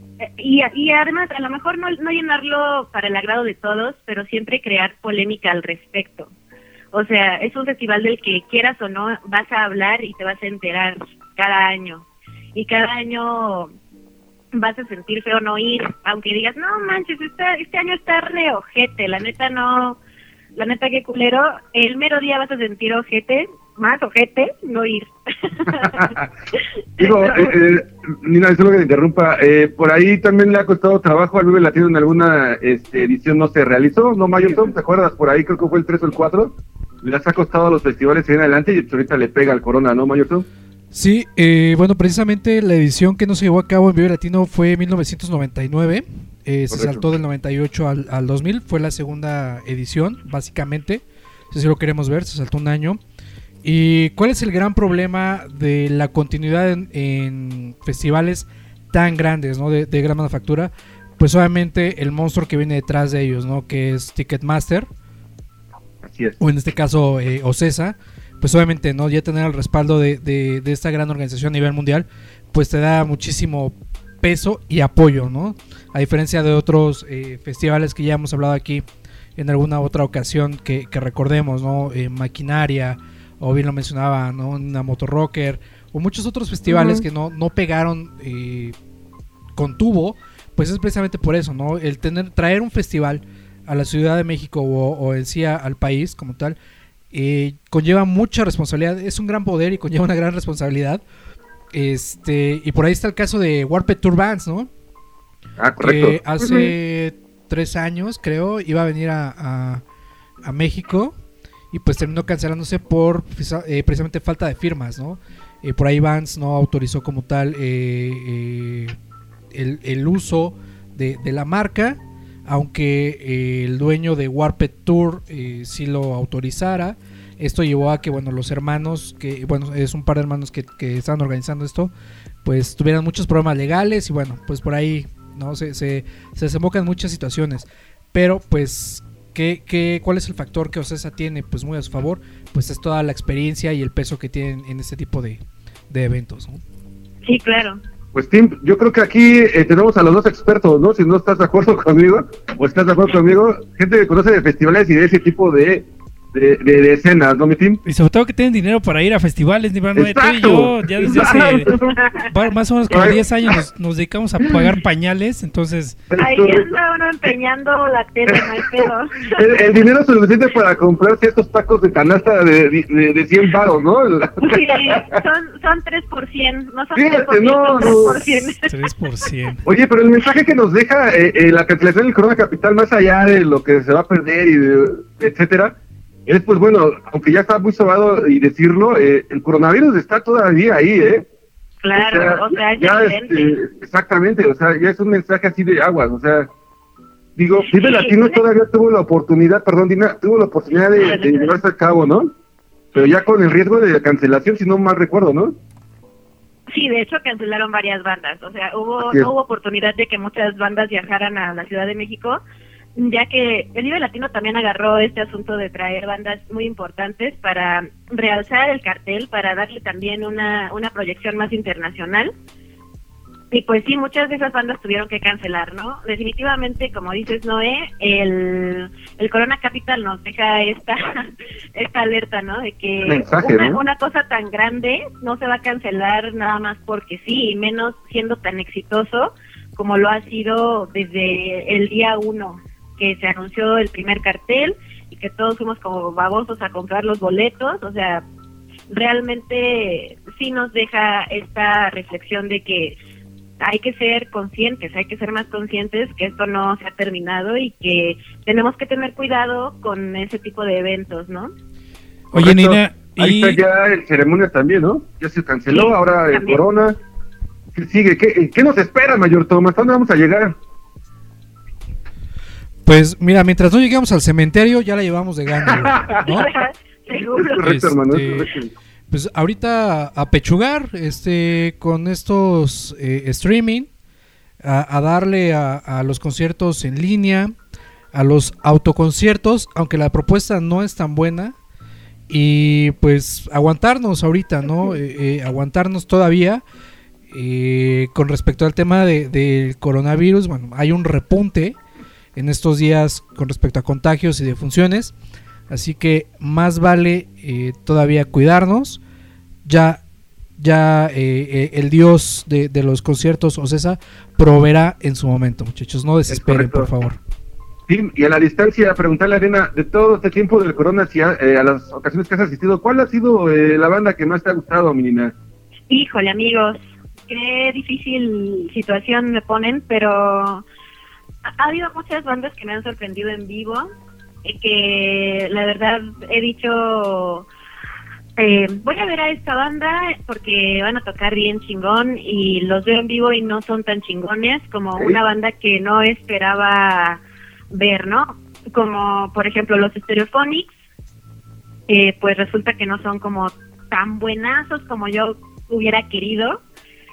y además a lo mejor no llenarlo para el agrado de todos, pero siempre crear polémica al respecto. O sea, es un festival del que quieras o no vas a hablar y te vas a enterar cada año, y cada año vas a sentir feo no ir, aunque digas, no manches, este año está re ojete, la neta qué culero. El mero día vas a sentir ojete, más ojete, no ir. Digo, Nina, eso es lo que te interrumpa. Por ahí también le ha costado trabajo al Vive Latino en alguna edición, no se realizó, ¿no, Mayor Tom? ¿Te acuerdas? Por ahí creo que fue el 3 o el 4. Les ha costado a los festivales seguir adelante y ahorita le pega al Corona, ¿no, Mayor Tom? Sí, bueno, precisamente la edición que no se llevó a cabo en Vive Latino fue 1999. Se saltó del 98 al 2000, fue la segunda edición, básicamente. Si lo queremos ver, se saltó un año. ¿Y cuál es el gran problema de la continuidad en festivales tan grandes, ¿no? de gran manufactura? Pues obviamente el monstruo que viene detrás de ellos, ¿no? Que es Ticketmaster. Así es. O en este caso Ocesa. pues obviamente, ¿no? Ya tener el respaldo de esta gran organización a nivel mundial, pues te da muchísimo peso y apoyo, ¿no? A diferencia de otros festivales que ya hemos hablado aquí en alguna otra ocasión que recordemos, ¿no? Maquinaria, o bien lo mencionaba, ¿no? Una Motorrocker, o muchos otros festivales que no pegaron con tubo, pues es precisamente por eso, ¿no? El traer un festival a la Ciudad de México o en sí al país como tal, conlleva mucha responsabilidad, es un gran poder y conlleva una gran responsabilidad. Y por ahí está el caso de Warped Tour Bands, ¿no? Correcto. Que hace 3 años, creo, iba a venir a México y pues terminó cancelándose por precisamente falta de firmas, ¿no? Por ahí Vans no autorizó como tal el uso de la marca, aunque el dueño de Warped Tour sí lo autorizara. Esto llevó a que, bueno, los hermanos, que bueno, es un par de hermanos que estaban organizando esto, pues tuvieran muchos problemas legales y bueno, pues por ahí, ¿no? Se desembocan muchas situaciones. Pero pues, ¿cuál es el factor que OCESA tiene? Pues muy a su favor, pues es toda la experiencia y el peso que tienen en este tipo de eventos, ¿no? Sí, claro. Pues Tim, yo creo que aquí tenemos a los dos expertos, ¿no? Si no estás de acuerdo conmigo, o estás de acuerdo conmigo, gente que conoce de festivales y de ese tipo de escenas, ¿no, mi Tim? Y sobre todo que tienen dinero para ir a festivales, ni van, tú y yo ya desde hace más o menos como 10 años nos dedicamos a pagar pañales, entonces... Ahí anda uno empeñando la tele, no hay pedo. El dinero es suficiente para comprar ciertos tacos de canasta de 100 varos, ¿no? Sí, son 3%, no son Fíjate, 3%, no. 3%. Oye, pero el mensaje que nos deja la cancelación del Corona Capital, más allá de lo que se va a perder y etcétera, es pues bueno, aunque ya está muy sobado y decirlo, el coronavirus está todavía ahí, Claro, o sea es ya evidente. exactamente, o sea, ya es un mensaje así de aguas, o sea, digo, Vive Latino todavía tuvo la oportunidad, tuvo la oportunidad de llevarse a cabo, ¿no? Pero ya con el riesgo de cancelación, si no mal recuerdo, ¿no? Sí, de hecho cancelaron varias bandas, o sea, no hubo oportunidad de que muchas bandas viajaran a la Ciudad de México, ya que el Vive Latino también agarró este asunto de traer bandas muy importantes para realzar el cartel, para darle también una proyección más internacional. Y pues sí, muchas de esas bandas tuvieron que cancelar, ¿no? Definitivamente, como dices, Noé, el Corona Capital nos deja esta alerta, ¿no? De que mensaje, una cosa tan grande no se va a cancelar nada más porque sí, y menos siendo tan exitoso como lo ha sido desde el día 1 que se anunció el primer cartel y que todos fuimos como babosos a comprar los boletos. O sea, realmente sí nos deja esta reflexión de que hay que ser conscientes, hay que ser más conscientes que esto no se ha terminado y que tenemos que tener cuidado con ese tipo de eventos, ¿no? Oye, Correcto. Nina, ahí está ya el ceremonia también, ¿no? Ya se canceló, Sí, ahora el también. Corona. ¿Qué sigue? ¿Qué nos espera, Mayor Tom? ¿Hasta dónde vamos a llegar? Pues mira, mientras no lleguemos al cementerio ya la llevamos de gana, ¿no? Seguro. Es correcto, hermano, es correcto. Pues ahorita a pechugar con estos streaming, a darle a los conciertos en línea, a los autoconciertos, aunque la propuesta no es tan buena, y pues aguantarnos ahorita, ¿no? Aguantarnos todavía. Con respecto al tema del coronavirus, bueno, hay un repunte en estos días con respecto a contagios y defunciones, así que más vale todavía cuidarnos. Ya el dios de los conciertos, OCESA, proveerá en su momento, muchachos, no desesperen, por favor. Sí, y a la distancia, preguntarle a Arena, de todo este tiempo del Corona, si a las ocasiones que has asistido, ¿cuál ha sido la banda que más te ha gustado, mi Nina? Híjole, amigos, qué difícil situación me ponen, pero ha habido muchas bandas que me han sorprendido en vivo, que la verdad he dicho, voy a ver a esta banda porque van a tocar bien chingón, y los veo en vivo y no son tan chingones como una banda que no esperaba ver, ¿no? Como por ejemplo los Stereophonics, pues resulta que no son como tan buenazos como yo hubiera querido.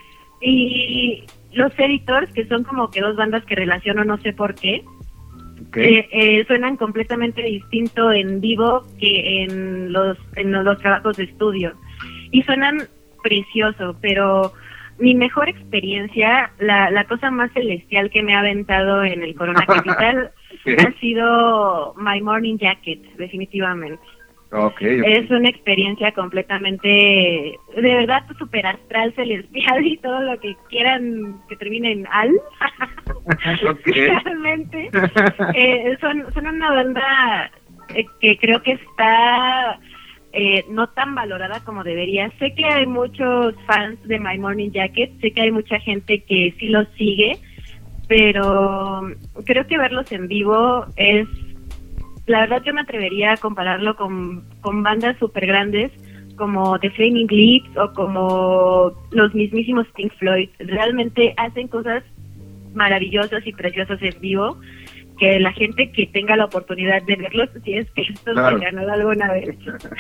Y los Editors, que son como que dos bandas que relaciono, no sé por qué, Suenan completamente distinto en vivo que en los trabajos de estudio. Y suenan precioso, pero mi mejor experiencia, la cosa más celestial que me ha aventado en el Corona Capital ha sido My Morning Jacket, definitivamente. Es una experiencia completamente, de verdad, super astral, celestial y todo lo que quieran que termine en al. Realmente. Son una banda que creo que está no tan valorada como debería. Sé que hay muchos fans de My Morning Jacket, sé que hay mucha gente que sí los sigue, pero creo que verlos en vivo es... La verdad yo me atrevería a compararlo con bandas súper grandes como The Flaming Lips o como los mismísimos Pink Floyd. Realmente hacen cosas maravillosas y preciosas en vivo que la gente que tenga la oportunidad de verlos, si es que esto se ganó alguna vez,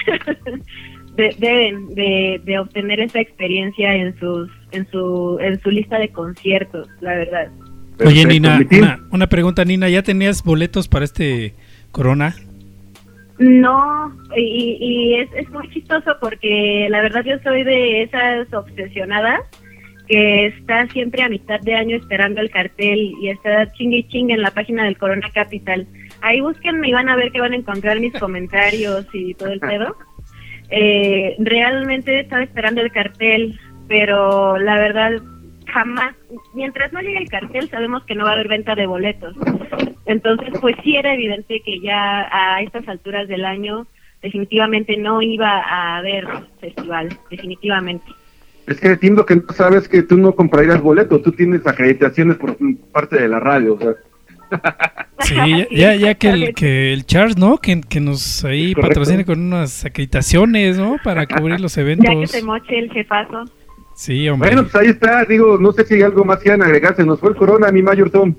deben de obtener esa experiencia en su lista de conciertos, la verdad. Oye, Nina, una pregunta, Nina, ¿ya tenías boletos para este Corona? No, y es muy chistoso porque la verdad yo soy de esas obsesionadas que está siempre a mitad de año esperando el cartel y está chingue y chingue en la página del Corona Capital. Ahí búsquenme y van a ver que van a encontrar mis comentarios y todo el pedo. Realmente estaba esperando el cartel, pero la verdad jamás, mientras no llegue el cartel sabemos que no va a haber venta de boletos. Entonces pues sí era evidente que ya a estas alturas del año definitivamente no iba a haber festival, definitivamente. Es que entiendo que no sabes que tú no comprarías boletos, tú tienes acreditaciones por parte de la radio, o sea. Sí, ya que el Charles, ¿no? Que nos ahí patrocine con unas acreditaciones, ¿no? Para cubrir los eventos. Ya que se moche el jefazo. Sí, hombre. Bueno, pues ahí está, digo, no sé si hay algo más que quieran agregar, se nos fue el Corona, mi Mayor Tom.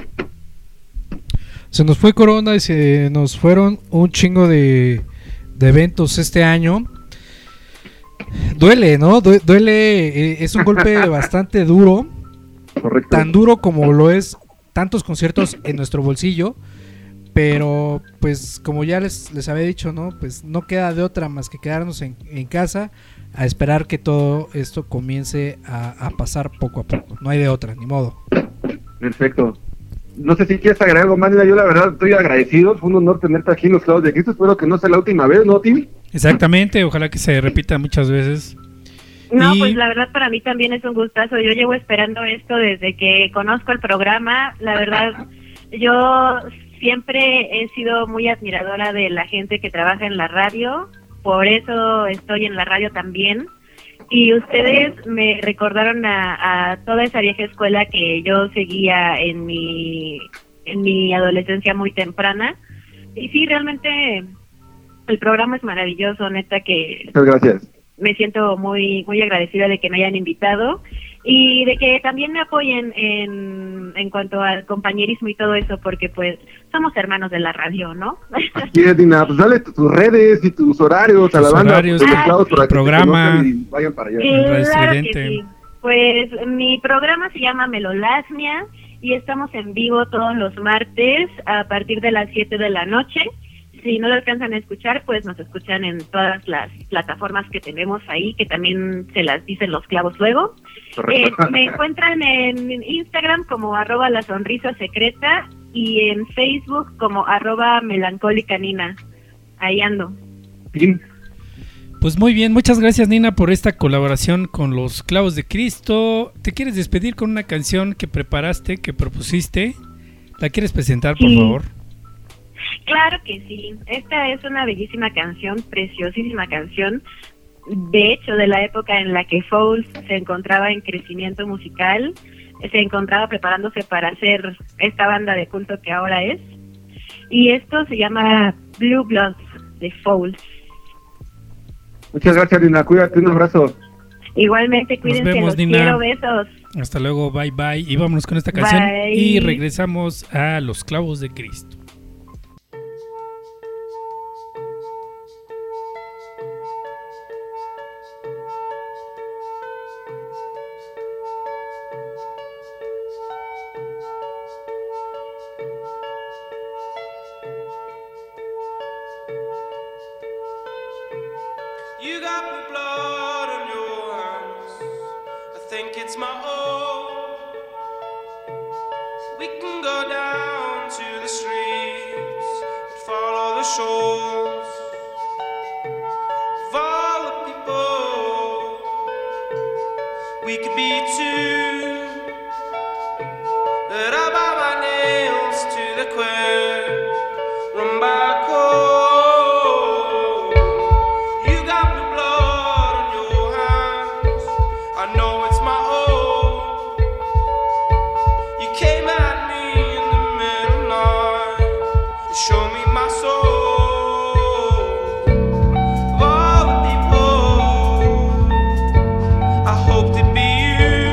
Se nos fue Corona y se nos fueron un chingo de eventos este año. Duele, ¿no? Duele, es un golpe bastante duro. Correcto. Tan duro como lo es tantos conciertos en nuestro bolsillo. Pero pues como ya les había dicho, ¿no? Pues no queda de otra más que quedarnos en casa a esperar que todo esto comience a pasar poco a poco. No hay de otra, ni modo. Perfecto. No sé si quieres agregar algo más, Nina. Yo la verdad estoy agradecido. Fue un honor tenerte aquí en los Clavos de Cristo. Espero que no sea la última vez, ¿no, Tim? Exactamente, ojalá que se repita muchas veces. No, pues la verdad para mí también es un gustazo. Yo llevo esperando esto desde que conozco el programa. La verdad, yo siempre he sido muy admiradora de la gente que trabaja en la radio. Por eso estoy en la radio también. Y ustedes me recordaron a toda esa vieja escuela que yo seguía en mi adolescencia muy temprana. Y sí, realmente el programa es maravilloso, neta que... Muchas gracias. Me siento muy muy agradecida de que me hayan invitado y de que también me apoyen en cuanto al compañerismo y todo eso, porque pues somos hermanos de la radio, ¿no? Así es, Dina, pues dale tus redes y tus horarios a la banda. Horarios, Por programa. Y vayan para allá. Claro que sí. Pues mi programa se llama Melolasmia y estamos en vivo todos los martes a partir de las 7 de la noche. Si no lo alcanzan a escuchar, pues nos escuchan en todas las plataformas que tenemos ahí, que también se las dicen los clavos luego. Me encuentran en Instagram como @lasonrisasecreta y en Facebook como @melancólicanina. Ahí ando. Bien. Pues muy bien, muchas gracias, Nina, por esta colaboración con los Clavos de Cristo. ¿Te quieres despedir con una canción que preparaste, que propusiste? ¿La quieres presentar, por favor? Claro que sí, esta es una bellísima canción, preciosísima canción, de hecho de la época en la que Fouls se encontraba en crecimiento musical, se encontraba preparándose para hacer esta banda de culto que ahora es, y esto se llama Blue Bloods de Fouls. Muchas gracias, Nina, cuídate, un abrazo. Igualmente, cuídense, Nos vemos, los Nina. quiero, besos. Hasta luego, bye bye, y vámonos con esta canción Bye. y regresamos a los Clavos de Cristo. got the blood on your hands. I think it's my own. We can go down to the streets and follow the shores of all the people. We could be two, but I bow my nails to the quick. Run back home. You got the blood on your hands. I know it's my own. You came at me in the middle night to show me my soul. Of all the people, I hoped it'd be you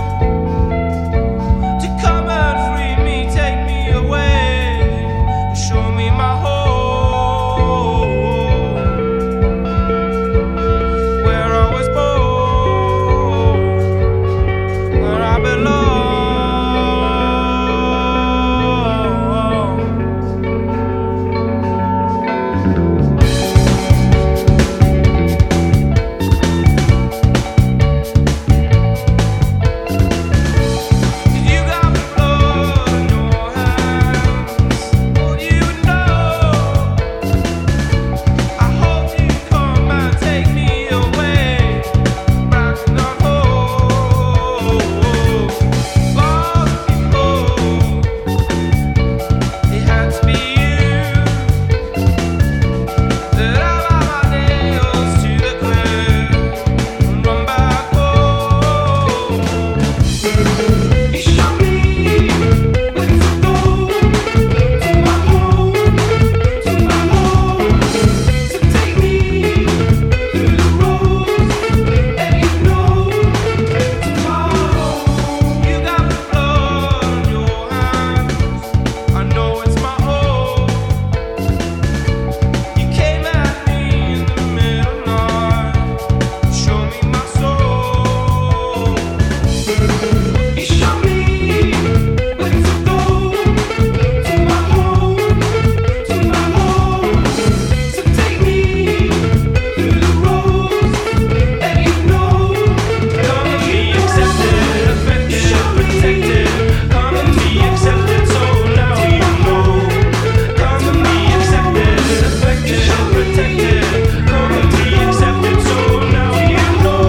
to come and free me, take me away, and show me my home. Where I was born, where I belong. You got the blood on your hands. Oh, you know. I hope you come and take me away, back to the home. All the people, it had to be you. That I bow my nails to the ground and run back home. You shot me with a stone to my home, to my home. So take me through the roads that you know tomorrow. You got the blood on your hands. I know it's my own. You came at me in the middle night to show me my soul. You shot me with a stone to my home, to my home. So take me through the roads that you know. Come and be accepted, affected, protected. Come and be accepted, so now you know. Come and be accepted, affected, protected. Come and be accepted, so now you know.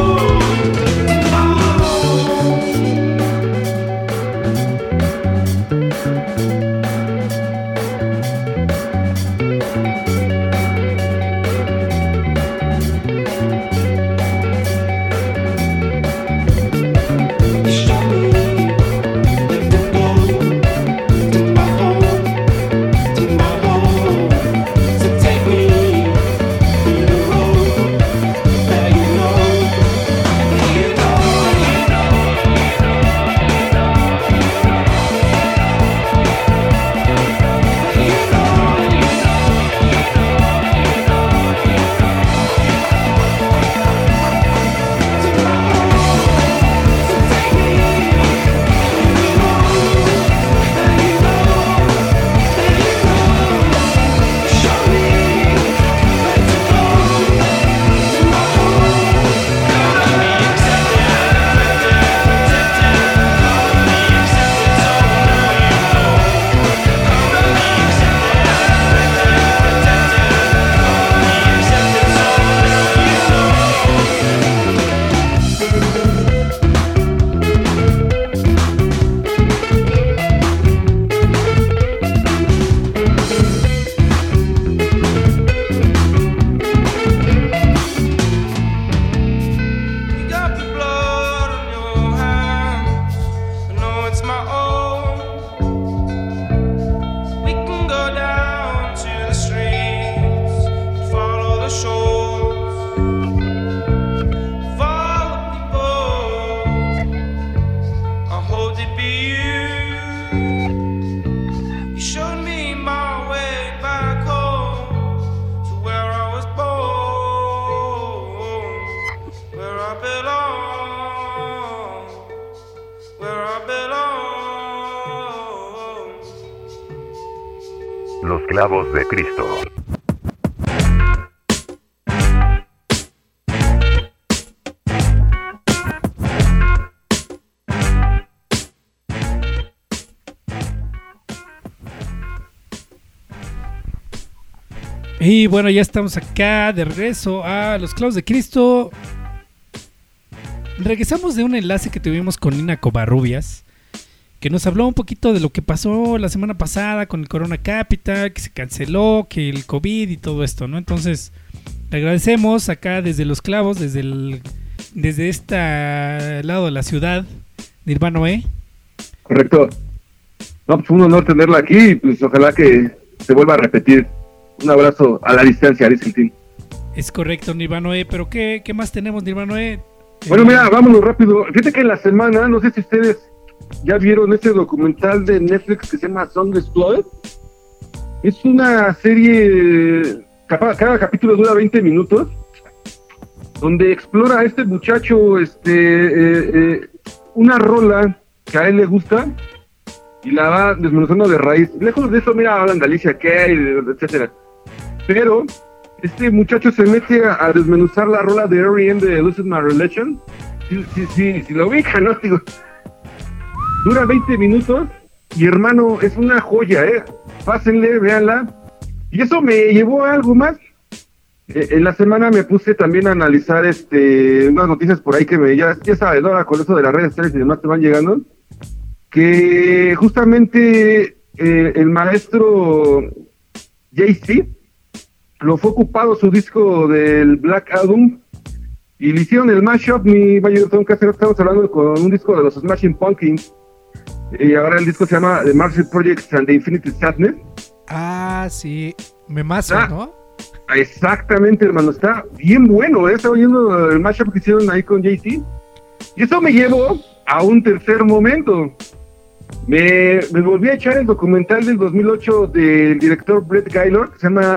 You shot me with the stone to my home, to my home. So take me through the road that you know, you know, you know, You got the blood on your hands. I know it's my own. We can go down to the streets and follow the shores of all the people. I hope it'd be you. You showed me my way back home to where I was born, where I belong, where I belong. Los clavos de Cristo. Y bueno, ya estamos acá de regreso a Los Clavos de Cristo. Regresamos de un enlace que tuvimos con Nina Covarrubias, que nos habló un poquito de lo que pasó la semana pasada con el Corona Capital, que se canceló, que el COVID y todo esto, ¿no? Entonces, le agradecemos acá desde Los Clavos, desde este lado de la ciudad, Nirvana Noé. Correcto. No, pues un honor tenerla aquí y pues ojalá que se vuelva a repetir. Un abrazo a la distancia, dice el team. Es correcto, Nirvana Noé, pero ¿qué más tenemos, Nirvana Noé? Bueno, mira, vámonos rápido. Fíjate que en la semana, no sé si ustedes ya vieron este documental de Netflix que se llama Song Exploded. Es una serie, cada capítulo dura 20 minutos, donde explora a este muchacho una rola que a él le gusta y la va desmenuzando de raíz. Lejos de eso, mira, hablan de Alicia Kay, etcétera. Pero este muchacho se mete a desmenuzar la rola de R.E.M. de Lucid My Relation. Sí, lo ubican, ¿no? Digo, dura 20 minutos y, hermano, es una joya, Pásenle, véanla. Y eso me llevó a algo más. En la semana me puse también a analizar unas noticias por ahí que ya sabes, ¿no? Con eso de las redes sociales y demás te van llegando. Que justamente el maestro Jay-Z lo fue ocupado su disco del Black Album y le hicieron el mashup. Mi Tom, que estamos hablando con un disco de los Smashing Pumpkins y ahora el disco se llama The Martian Projects and the Infinite Sadness. Ah, sí, memazo, ¿no? Exactamente, hermano, está bien bueno, estaba oyendo el mashup que hicieron ahí con Jay-Z y eso me llevó a un tercer momento. Me volví a echar el documental del 2008 del director Brett Gaylor, que se llama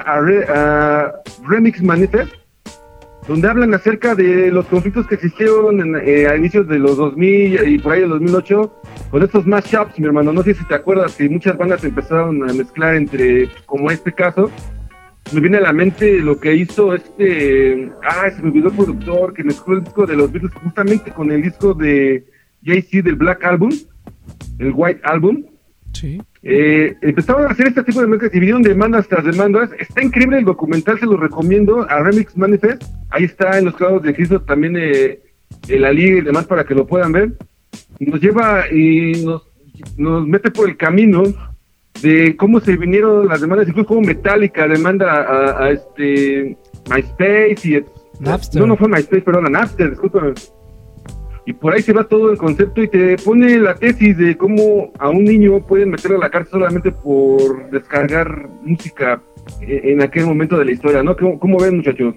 Remix Manifest, donde hablan acerca de los conflictos que existieron a inicios de los 2000 y por ahí del 2008, con estos mashups, mi hermano. No sé si te acuerdas que muchas bandas empezaron a mezclar entre, como este caso. Me viene a la mente lo que hizo se me olvidó el productor que mezcló el disco de los Beatles justamente con el disco de Jay-Z del Black Album, el White Album. Sí. Empezaron a hacer este tipo de mezclas, dividieron demandas tras demandas. Está increíble el documental, se lo recomiendo, a Remix Manifest. Ahí está en Los Clavos de Cristo también la liga y demás para que lo puedan ver. Nos lleva y nos mete por el camino de cómo se vinieron las demandas, incluso como Metallica demanda a MySpace y Napster. No fue MySpace, perdón, a Napster, discúlpame. Y por ahí se va todo el concepto y te pone la tesis de cómo a un niño pueden meterlo a la cárcel solamente por descargar música en aquel momento de la historia, ¿no? ¿Cómo ven, muchachos?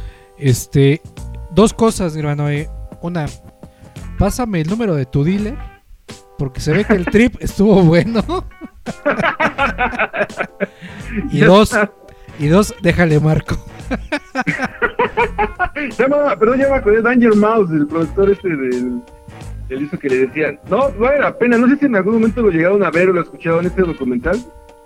Dos cosas, hermano. Una, pásame el número de tu dealer, porque se ve que el trip estuvo bueno. y dos, déjale marco. llama con el Danger Mouse, el productor del disco que le decían. No, vale la pena. No sé si en algún momento lo llegaron a ver o lo escucharon en este documental.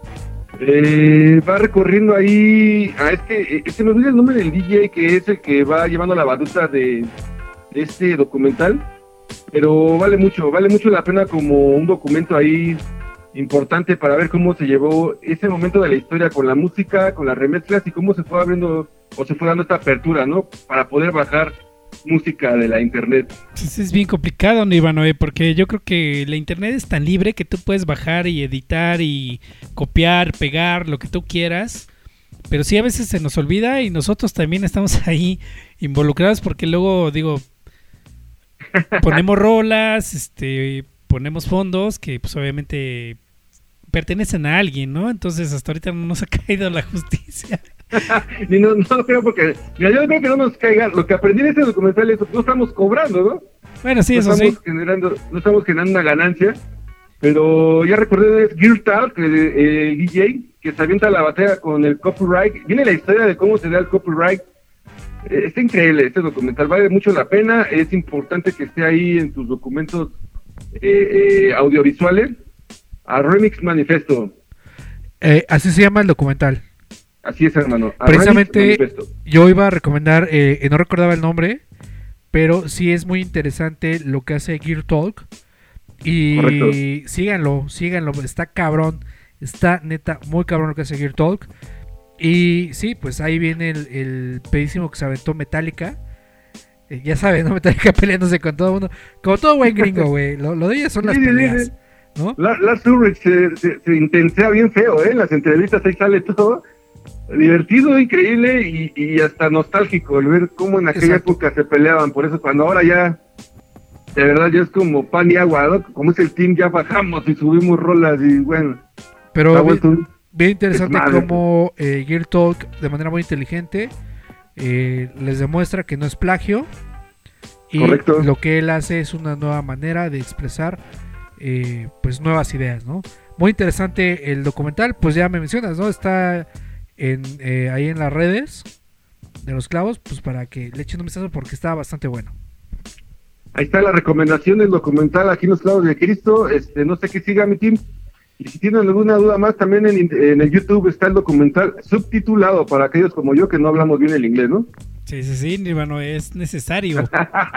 Va recorriendo ahí. Se me olvida el nombre del DJ que es el que va llevando la batuta de este documental. Pero vale mucho la pena como un documento ahí importante para ver cómo se llevó ese momento de la historia con la música, con las remezclas y cómo se fue abriendo o se fue dando esta apertura, ¿no? Para poder bajar música de la internet. Pues es bien complicado, ¿no, Iván? Porque yo creo que la internet es tan libre que tú puedes bajar y editar y copiar, pegar, lo que tú quieras. Pero sí, a veces se nos olvida y nosotros también estamos ahí involucrados porque luego, ponemos rolas, ponemos fondos que pues obviamente pertenecen a alguien, ¿no? Entonces hasta ahorita no nos ha caído la justicia. Y no creo porque, mira, yo creo que no nos caiga. Lo que aprendí en este documental es que no estamos cobrando, ¿no? Bueno, sí, eso sí. No estamos generando una ganancia, pero ya recordé de Gear Talk, el DJ, que se avienta la batalla con el copyright. Viene la historia de cómo se da el copyright. Está increíble este documental, vale mucho la pena. Es importante que esté ahí en tus documentos audiovisuales. A Remix Manifesto. Así se llama el documental. Así es, hermano. Precisamente yo iba a recomendar, no recordaba el nombre, pero sí es muy interesante lo que hace Gear Talk. Y correcto. síganlo, está cabrón. Está neta muy cabrón lo que hace Gear Talk. Y sí, pues ahí viene el pedísimo que se aventó Metallica. Ya saben, ¿no? Metallica peleándose con todo el mundo. Como todo buen gringo, güey. Lo de ellos son las Sí, sí, peleas, sí. ¿no? Lars Ulrich se intensea bien feo, ¿eh? En las entrevistas ahí sale todo. Divertido, increíble y hasta nostálgico el ver cómo en aquella Exacto. época se peleaban. Por eso cuando ahora ya, de verdad, ya es como pan y agua, ¿no? Como es el team, ya bajamos y subimos rolas y bueno. Pero está bien, vuelto un- bien interesante desmadre. cómo Gear Talk, de manera muy inteligente, les demuestra que no es plagio. Y Correcto. lo que él hace es una nueva manera de expresar pues nuevas ideas, ¿no? Muy interesante el documental, pues ya me mencionas, ¿no? Está ahí en las redes de los clavos, pues para que le echen un vistazo porque está bastante bueno. Ahí está la recomendación del documental aquí en los clavos de Cristo. No sé qué siga mi team. Y si tienen alguna duda más, también en el YouTube está el documental subtitulado para aquellos como yo que no hablamos bien el inglés, ¿no? Sí, Nirvano, es necesario.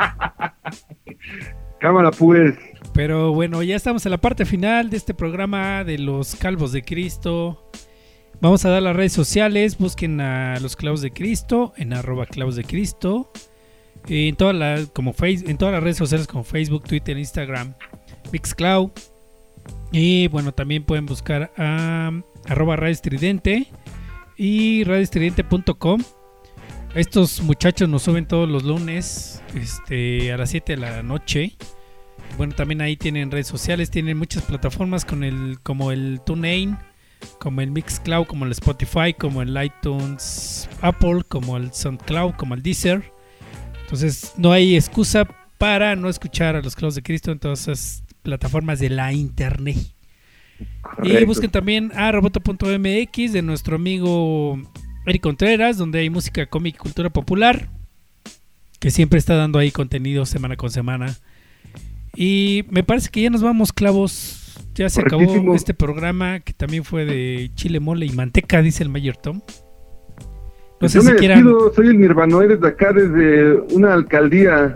Cámara, pues. Pero bueno, ya estamos en la parte final de este programa de los Calvos de Cristo. Vamos a dar las redes sociales, busquen a los Clavos de Cristo en @clavos de Cristo. En todas las en todas las redes sociales como Facebook, Twitter, Instagram, Mixcloud. Y bueno, también pueden buscar a @Radio Estridente y radioestridente.com. Estos muchachos nos suben todos los lunes a las 7 de la noche. Bueno, también ahí tienen redes sociales, tienen muchas plataformas como el TuneIn, como el Mixcloud, como el Spotify, como el iTunes Apple, como el SoundCloud, como el Deezer. Entonces no hay excusa para no escuchar a los Clavos de Cristo en todas esas plataformas de la internet. Y Correcto. busquen también a roboto.mx de nuestro amigo Eric Contreras, donde hay música, cómic y cultura popular, que siempre está dando ahí contenido semana con semana. Y me parece que ya nos vamos, clavos. Ya se acabó Correctísimo. este programa que también fue de chile, mole y manteca, dice el Mayor Tom. No sé Yo si me quieran. despido, soy el Nirvanoe desde acá, desde una alcaldía.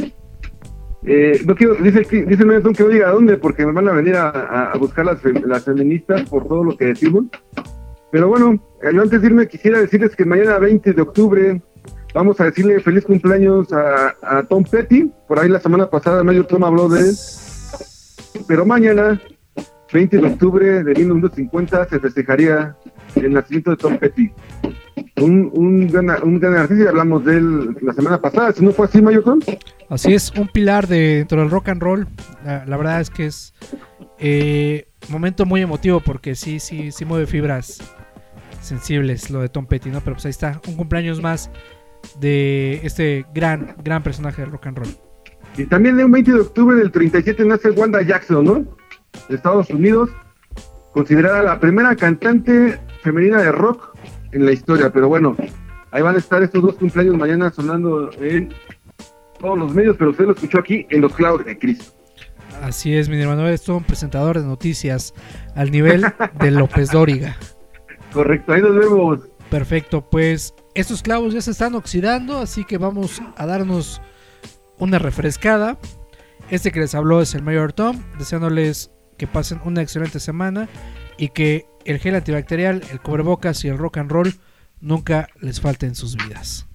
No quiero, dice el Mayor Tom que no diga a dónde, porque me van a venir a buscar las feministas por todo lo que decimos. Pero bueno, yo antes de irme quisiera decirles que mañana 20 de octubre vamos a decirle feliz cumpleaños a Tom Petty. Por ahí la semana pasada Mayor Tom habló de él. Pero mañana, 20 de octubre de 1950, se festejaría el nacimiento de Tom Petty. Un gran artista, y hablamos de él la semana pasada. Si no fue así, Mayor Tom. Así es, un pilar dentro del rock and roll. La verdad es que es momento muy emotivo porque sí mueve fibras sensibles lo de Tom Petty, ¿no? Pero pues ahí está, un cumpleaños más de este gran personaje del rock and roll. Y también el 20 de octubre del 37 nace Wanda Jackson, ¿no? De Estados Unidos, considerada la primera cantante femenina de rock en la historia. Pero bueno, ahí van a estar estos dos cumpleaños mañana sonando en todos los medios, pero usted lo escuchó aquí en los Clavos de Cristo. Así es, mi hermano, es todo un presentador de noticias al nivel de López Dóriga. Correcto, ahí nos vemos. Perfecto, pues estos clavos ya se están oxidando, así que vamos a darnos una refrescada. Este que les habló es el Mayor Tom, deseándoles que pasen una excelente semana y que el gel antibacterial, el cubrebocas y el rock and roll nunca les falte en sus vidas.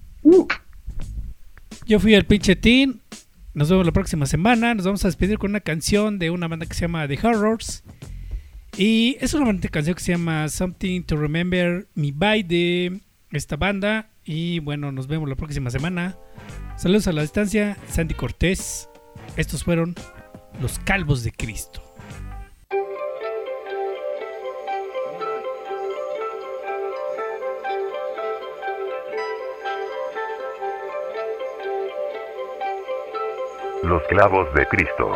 Yo fui el pinche Teen. Nos vemos la próxima semana. Nos vamos a despedir con una canción de una banda que se llama The Horrors. Y es una bonita canción que se llama Something to Remember Me By de esta banda. Y bueno, nos vemos la próxima semana. Saludos a la distancia, Sandy Cortés. Estos fueron los Calvos de Cristo. Los Clavos de Cristo.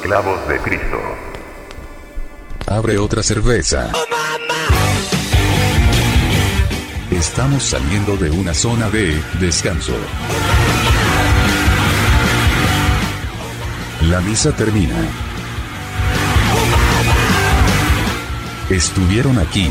clavos de Cristo. Abre otra cerveza. Estamos saliendo de una zona de descanso. La misa termina. Estuvieron aquí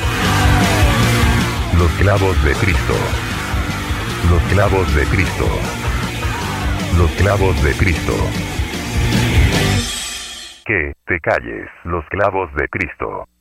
Los clavos de Cristo. Los clavos de Cristo. Los clavos de Cristo. Que te calles, los clavos de Cristo.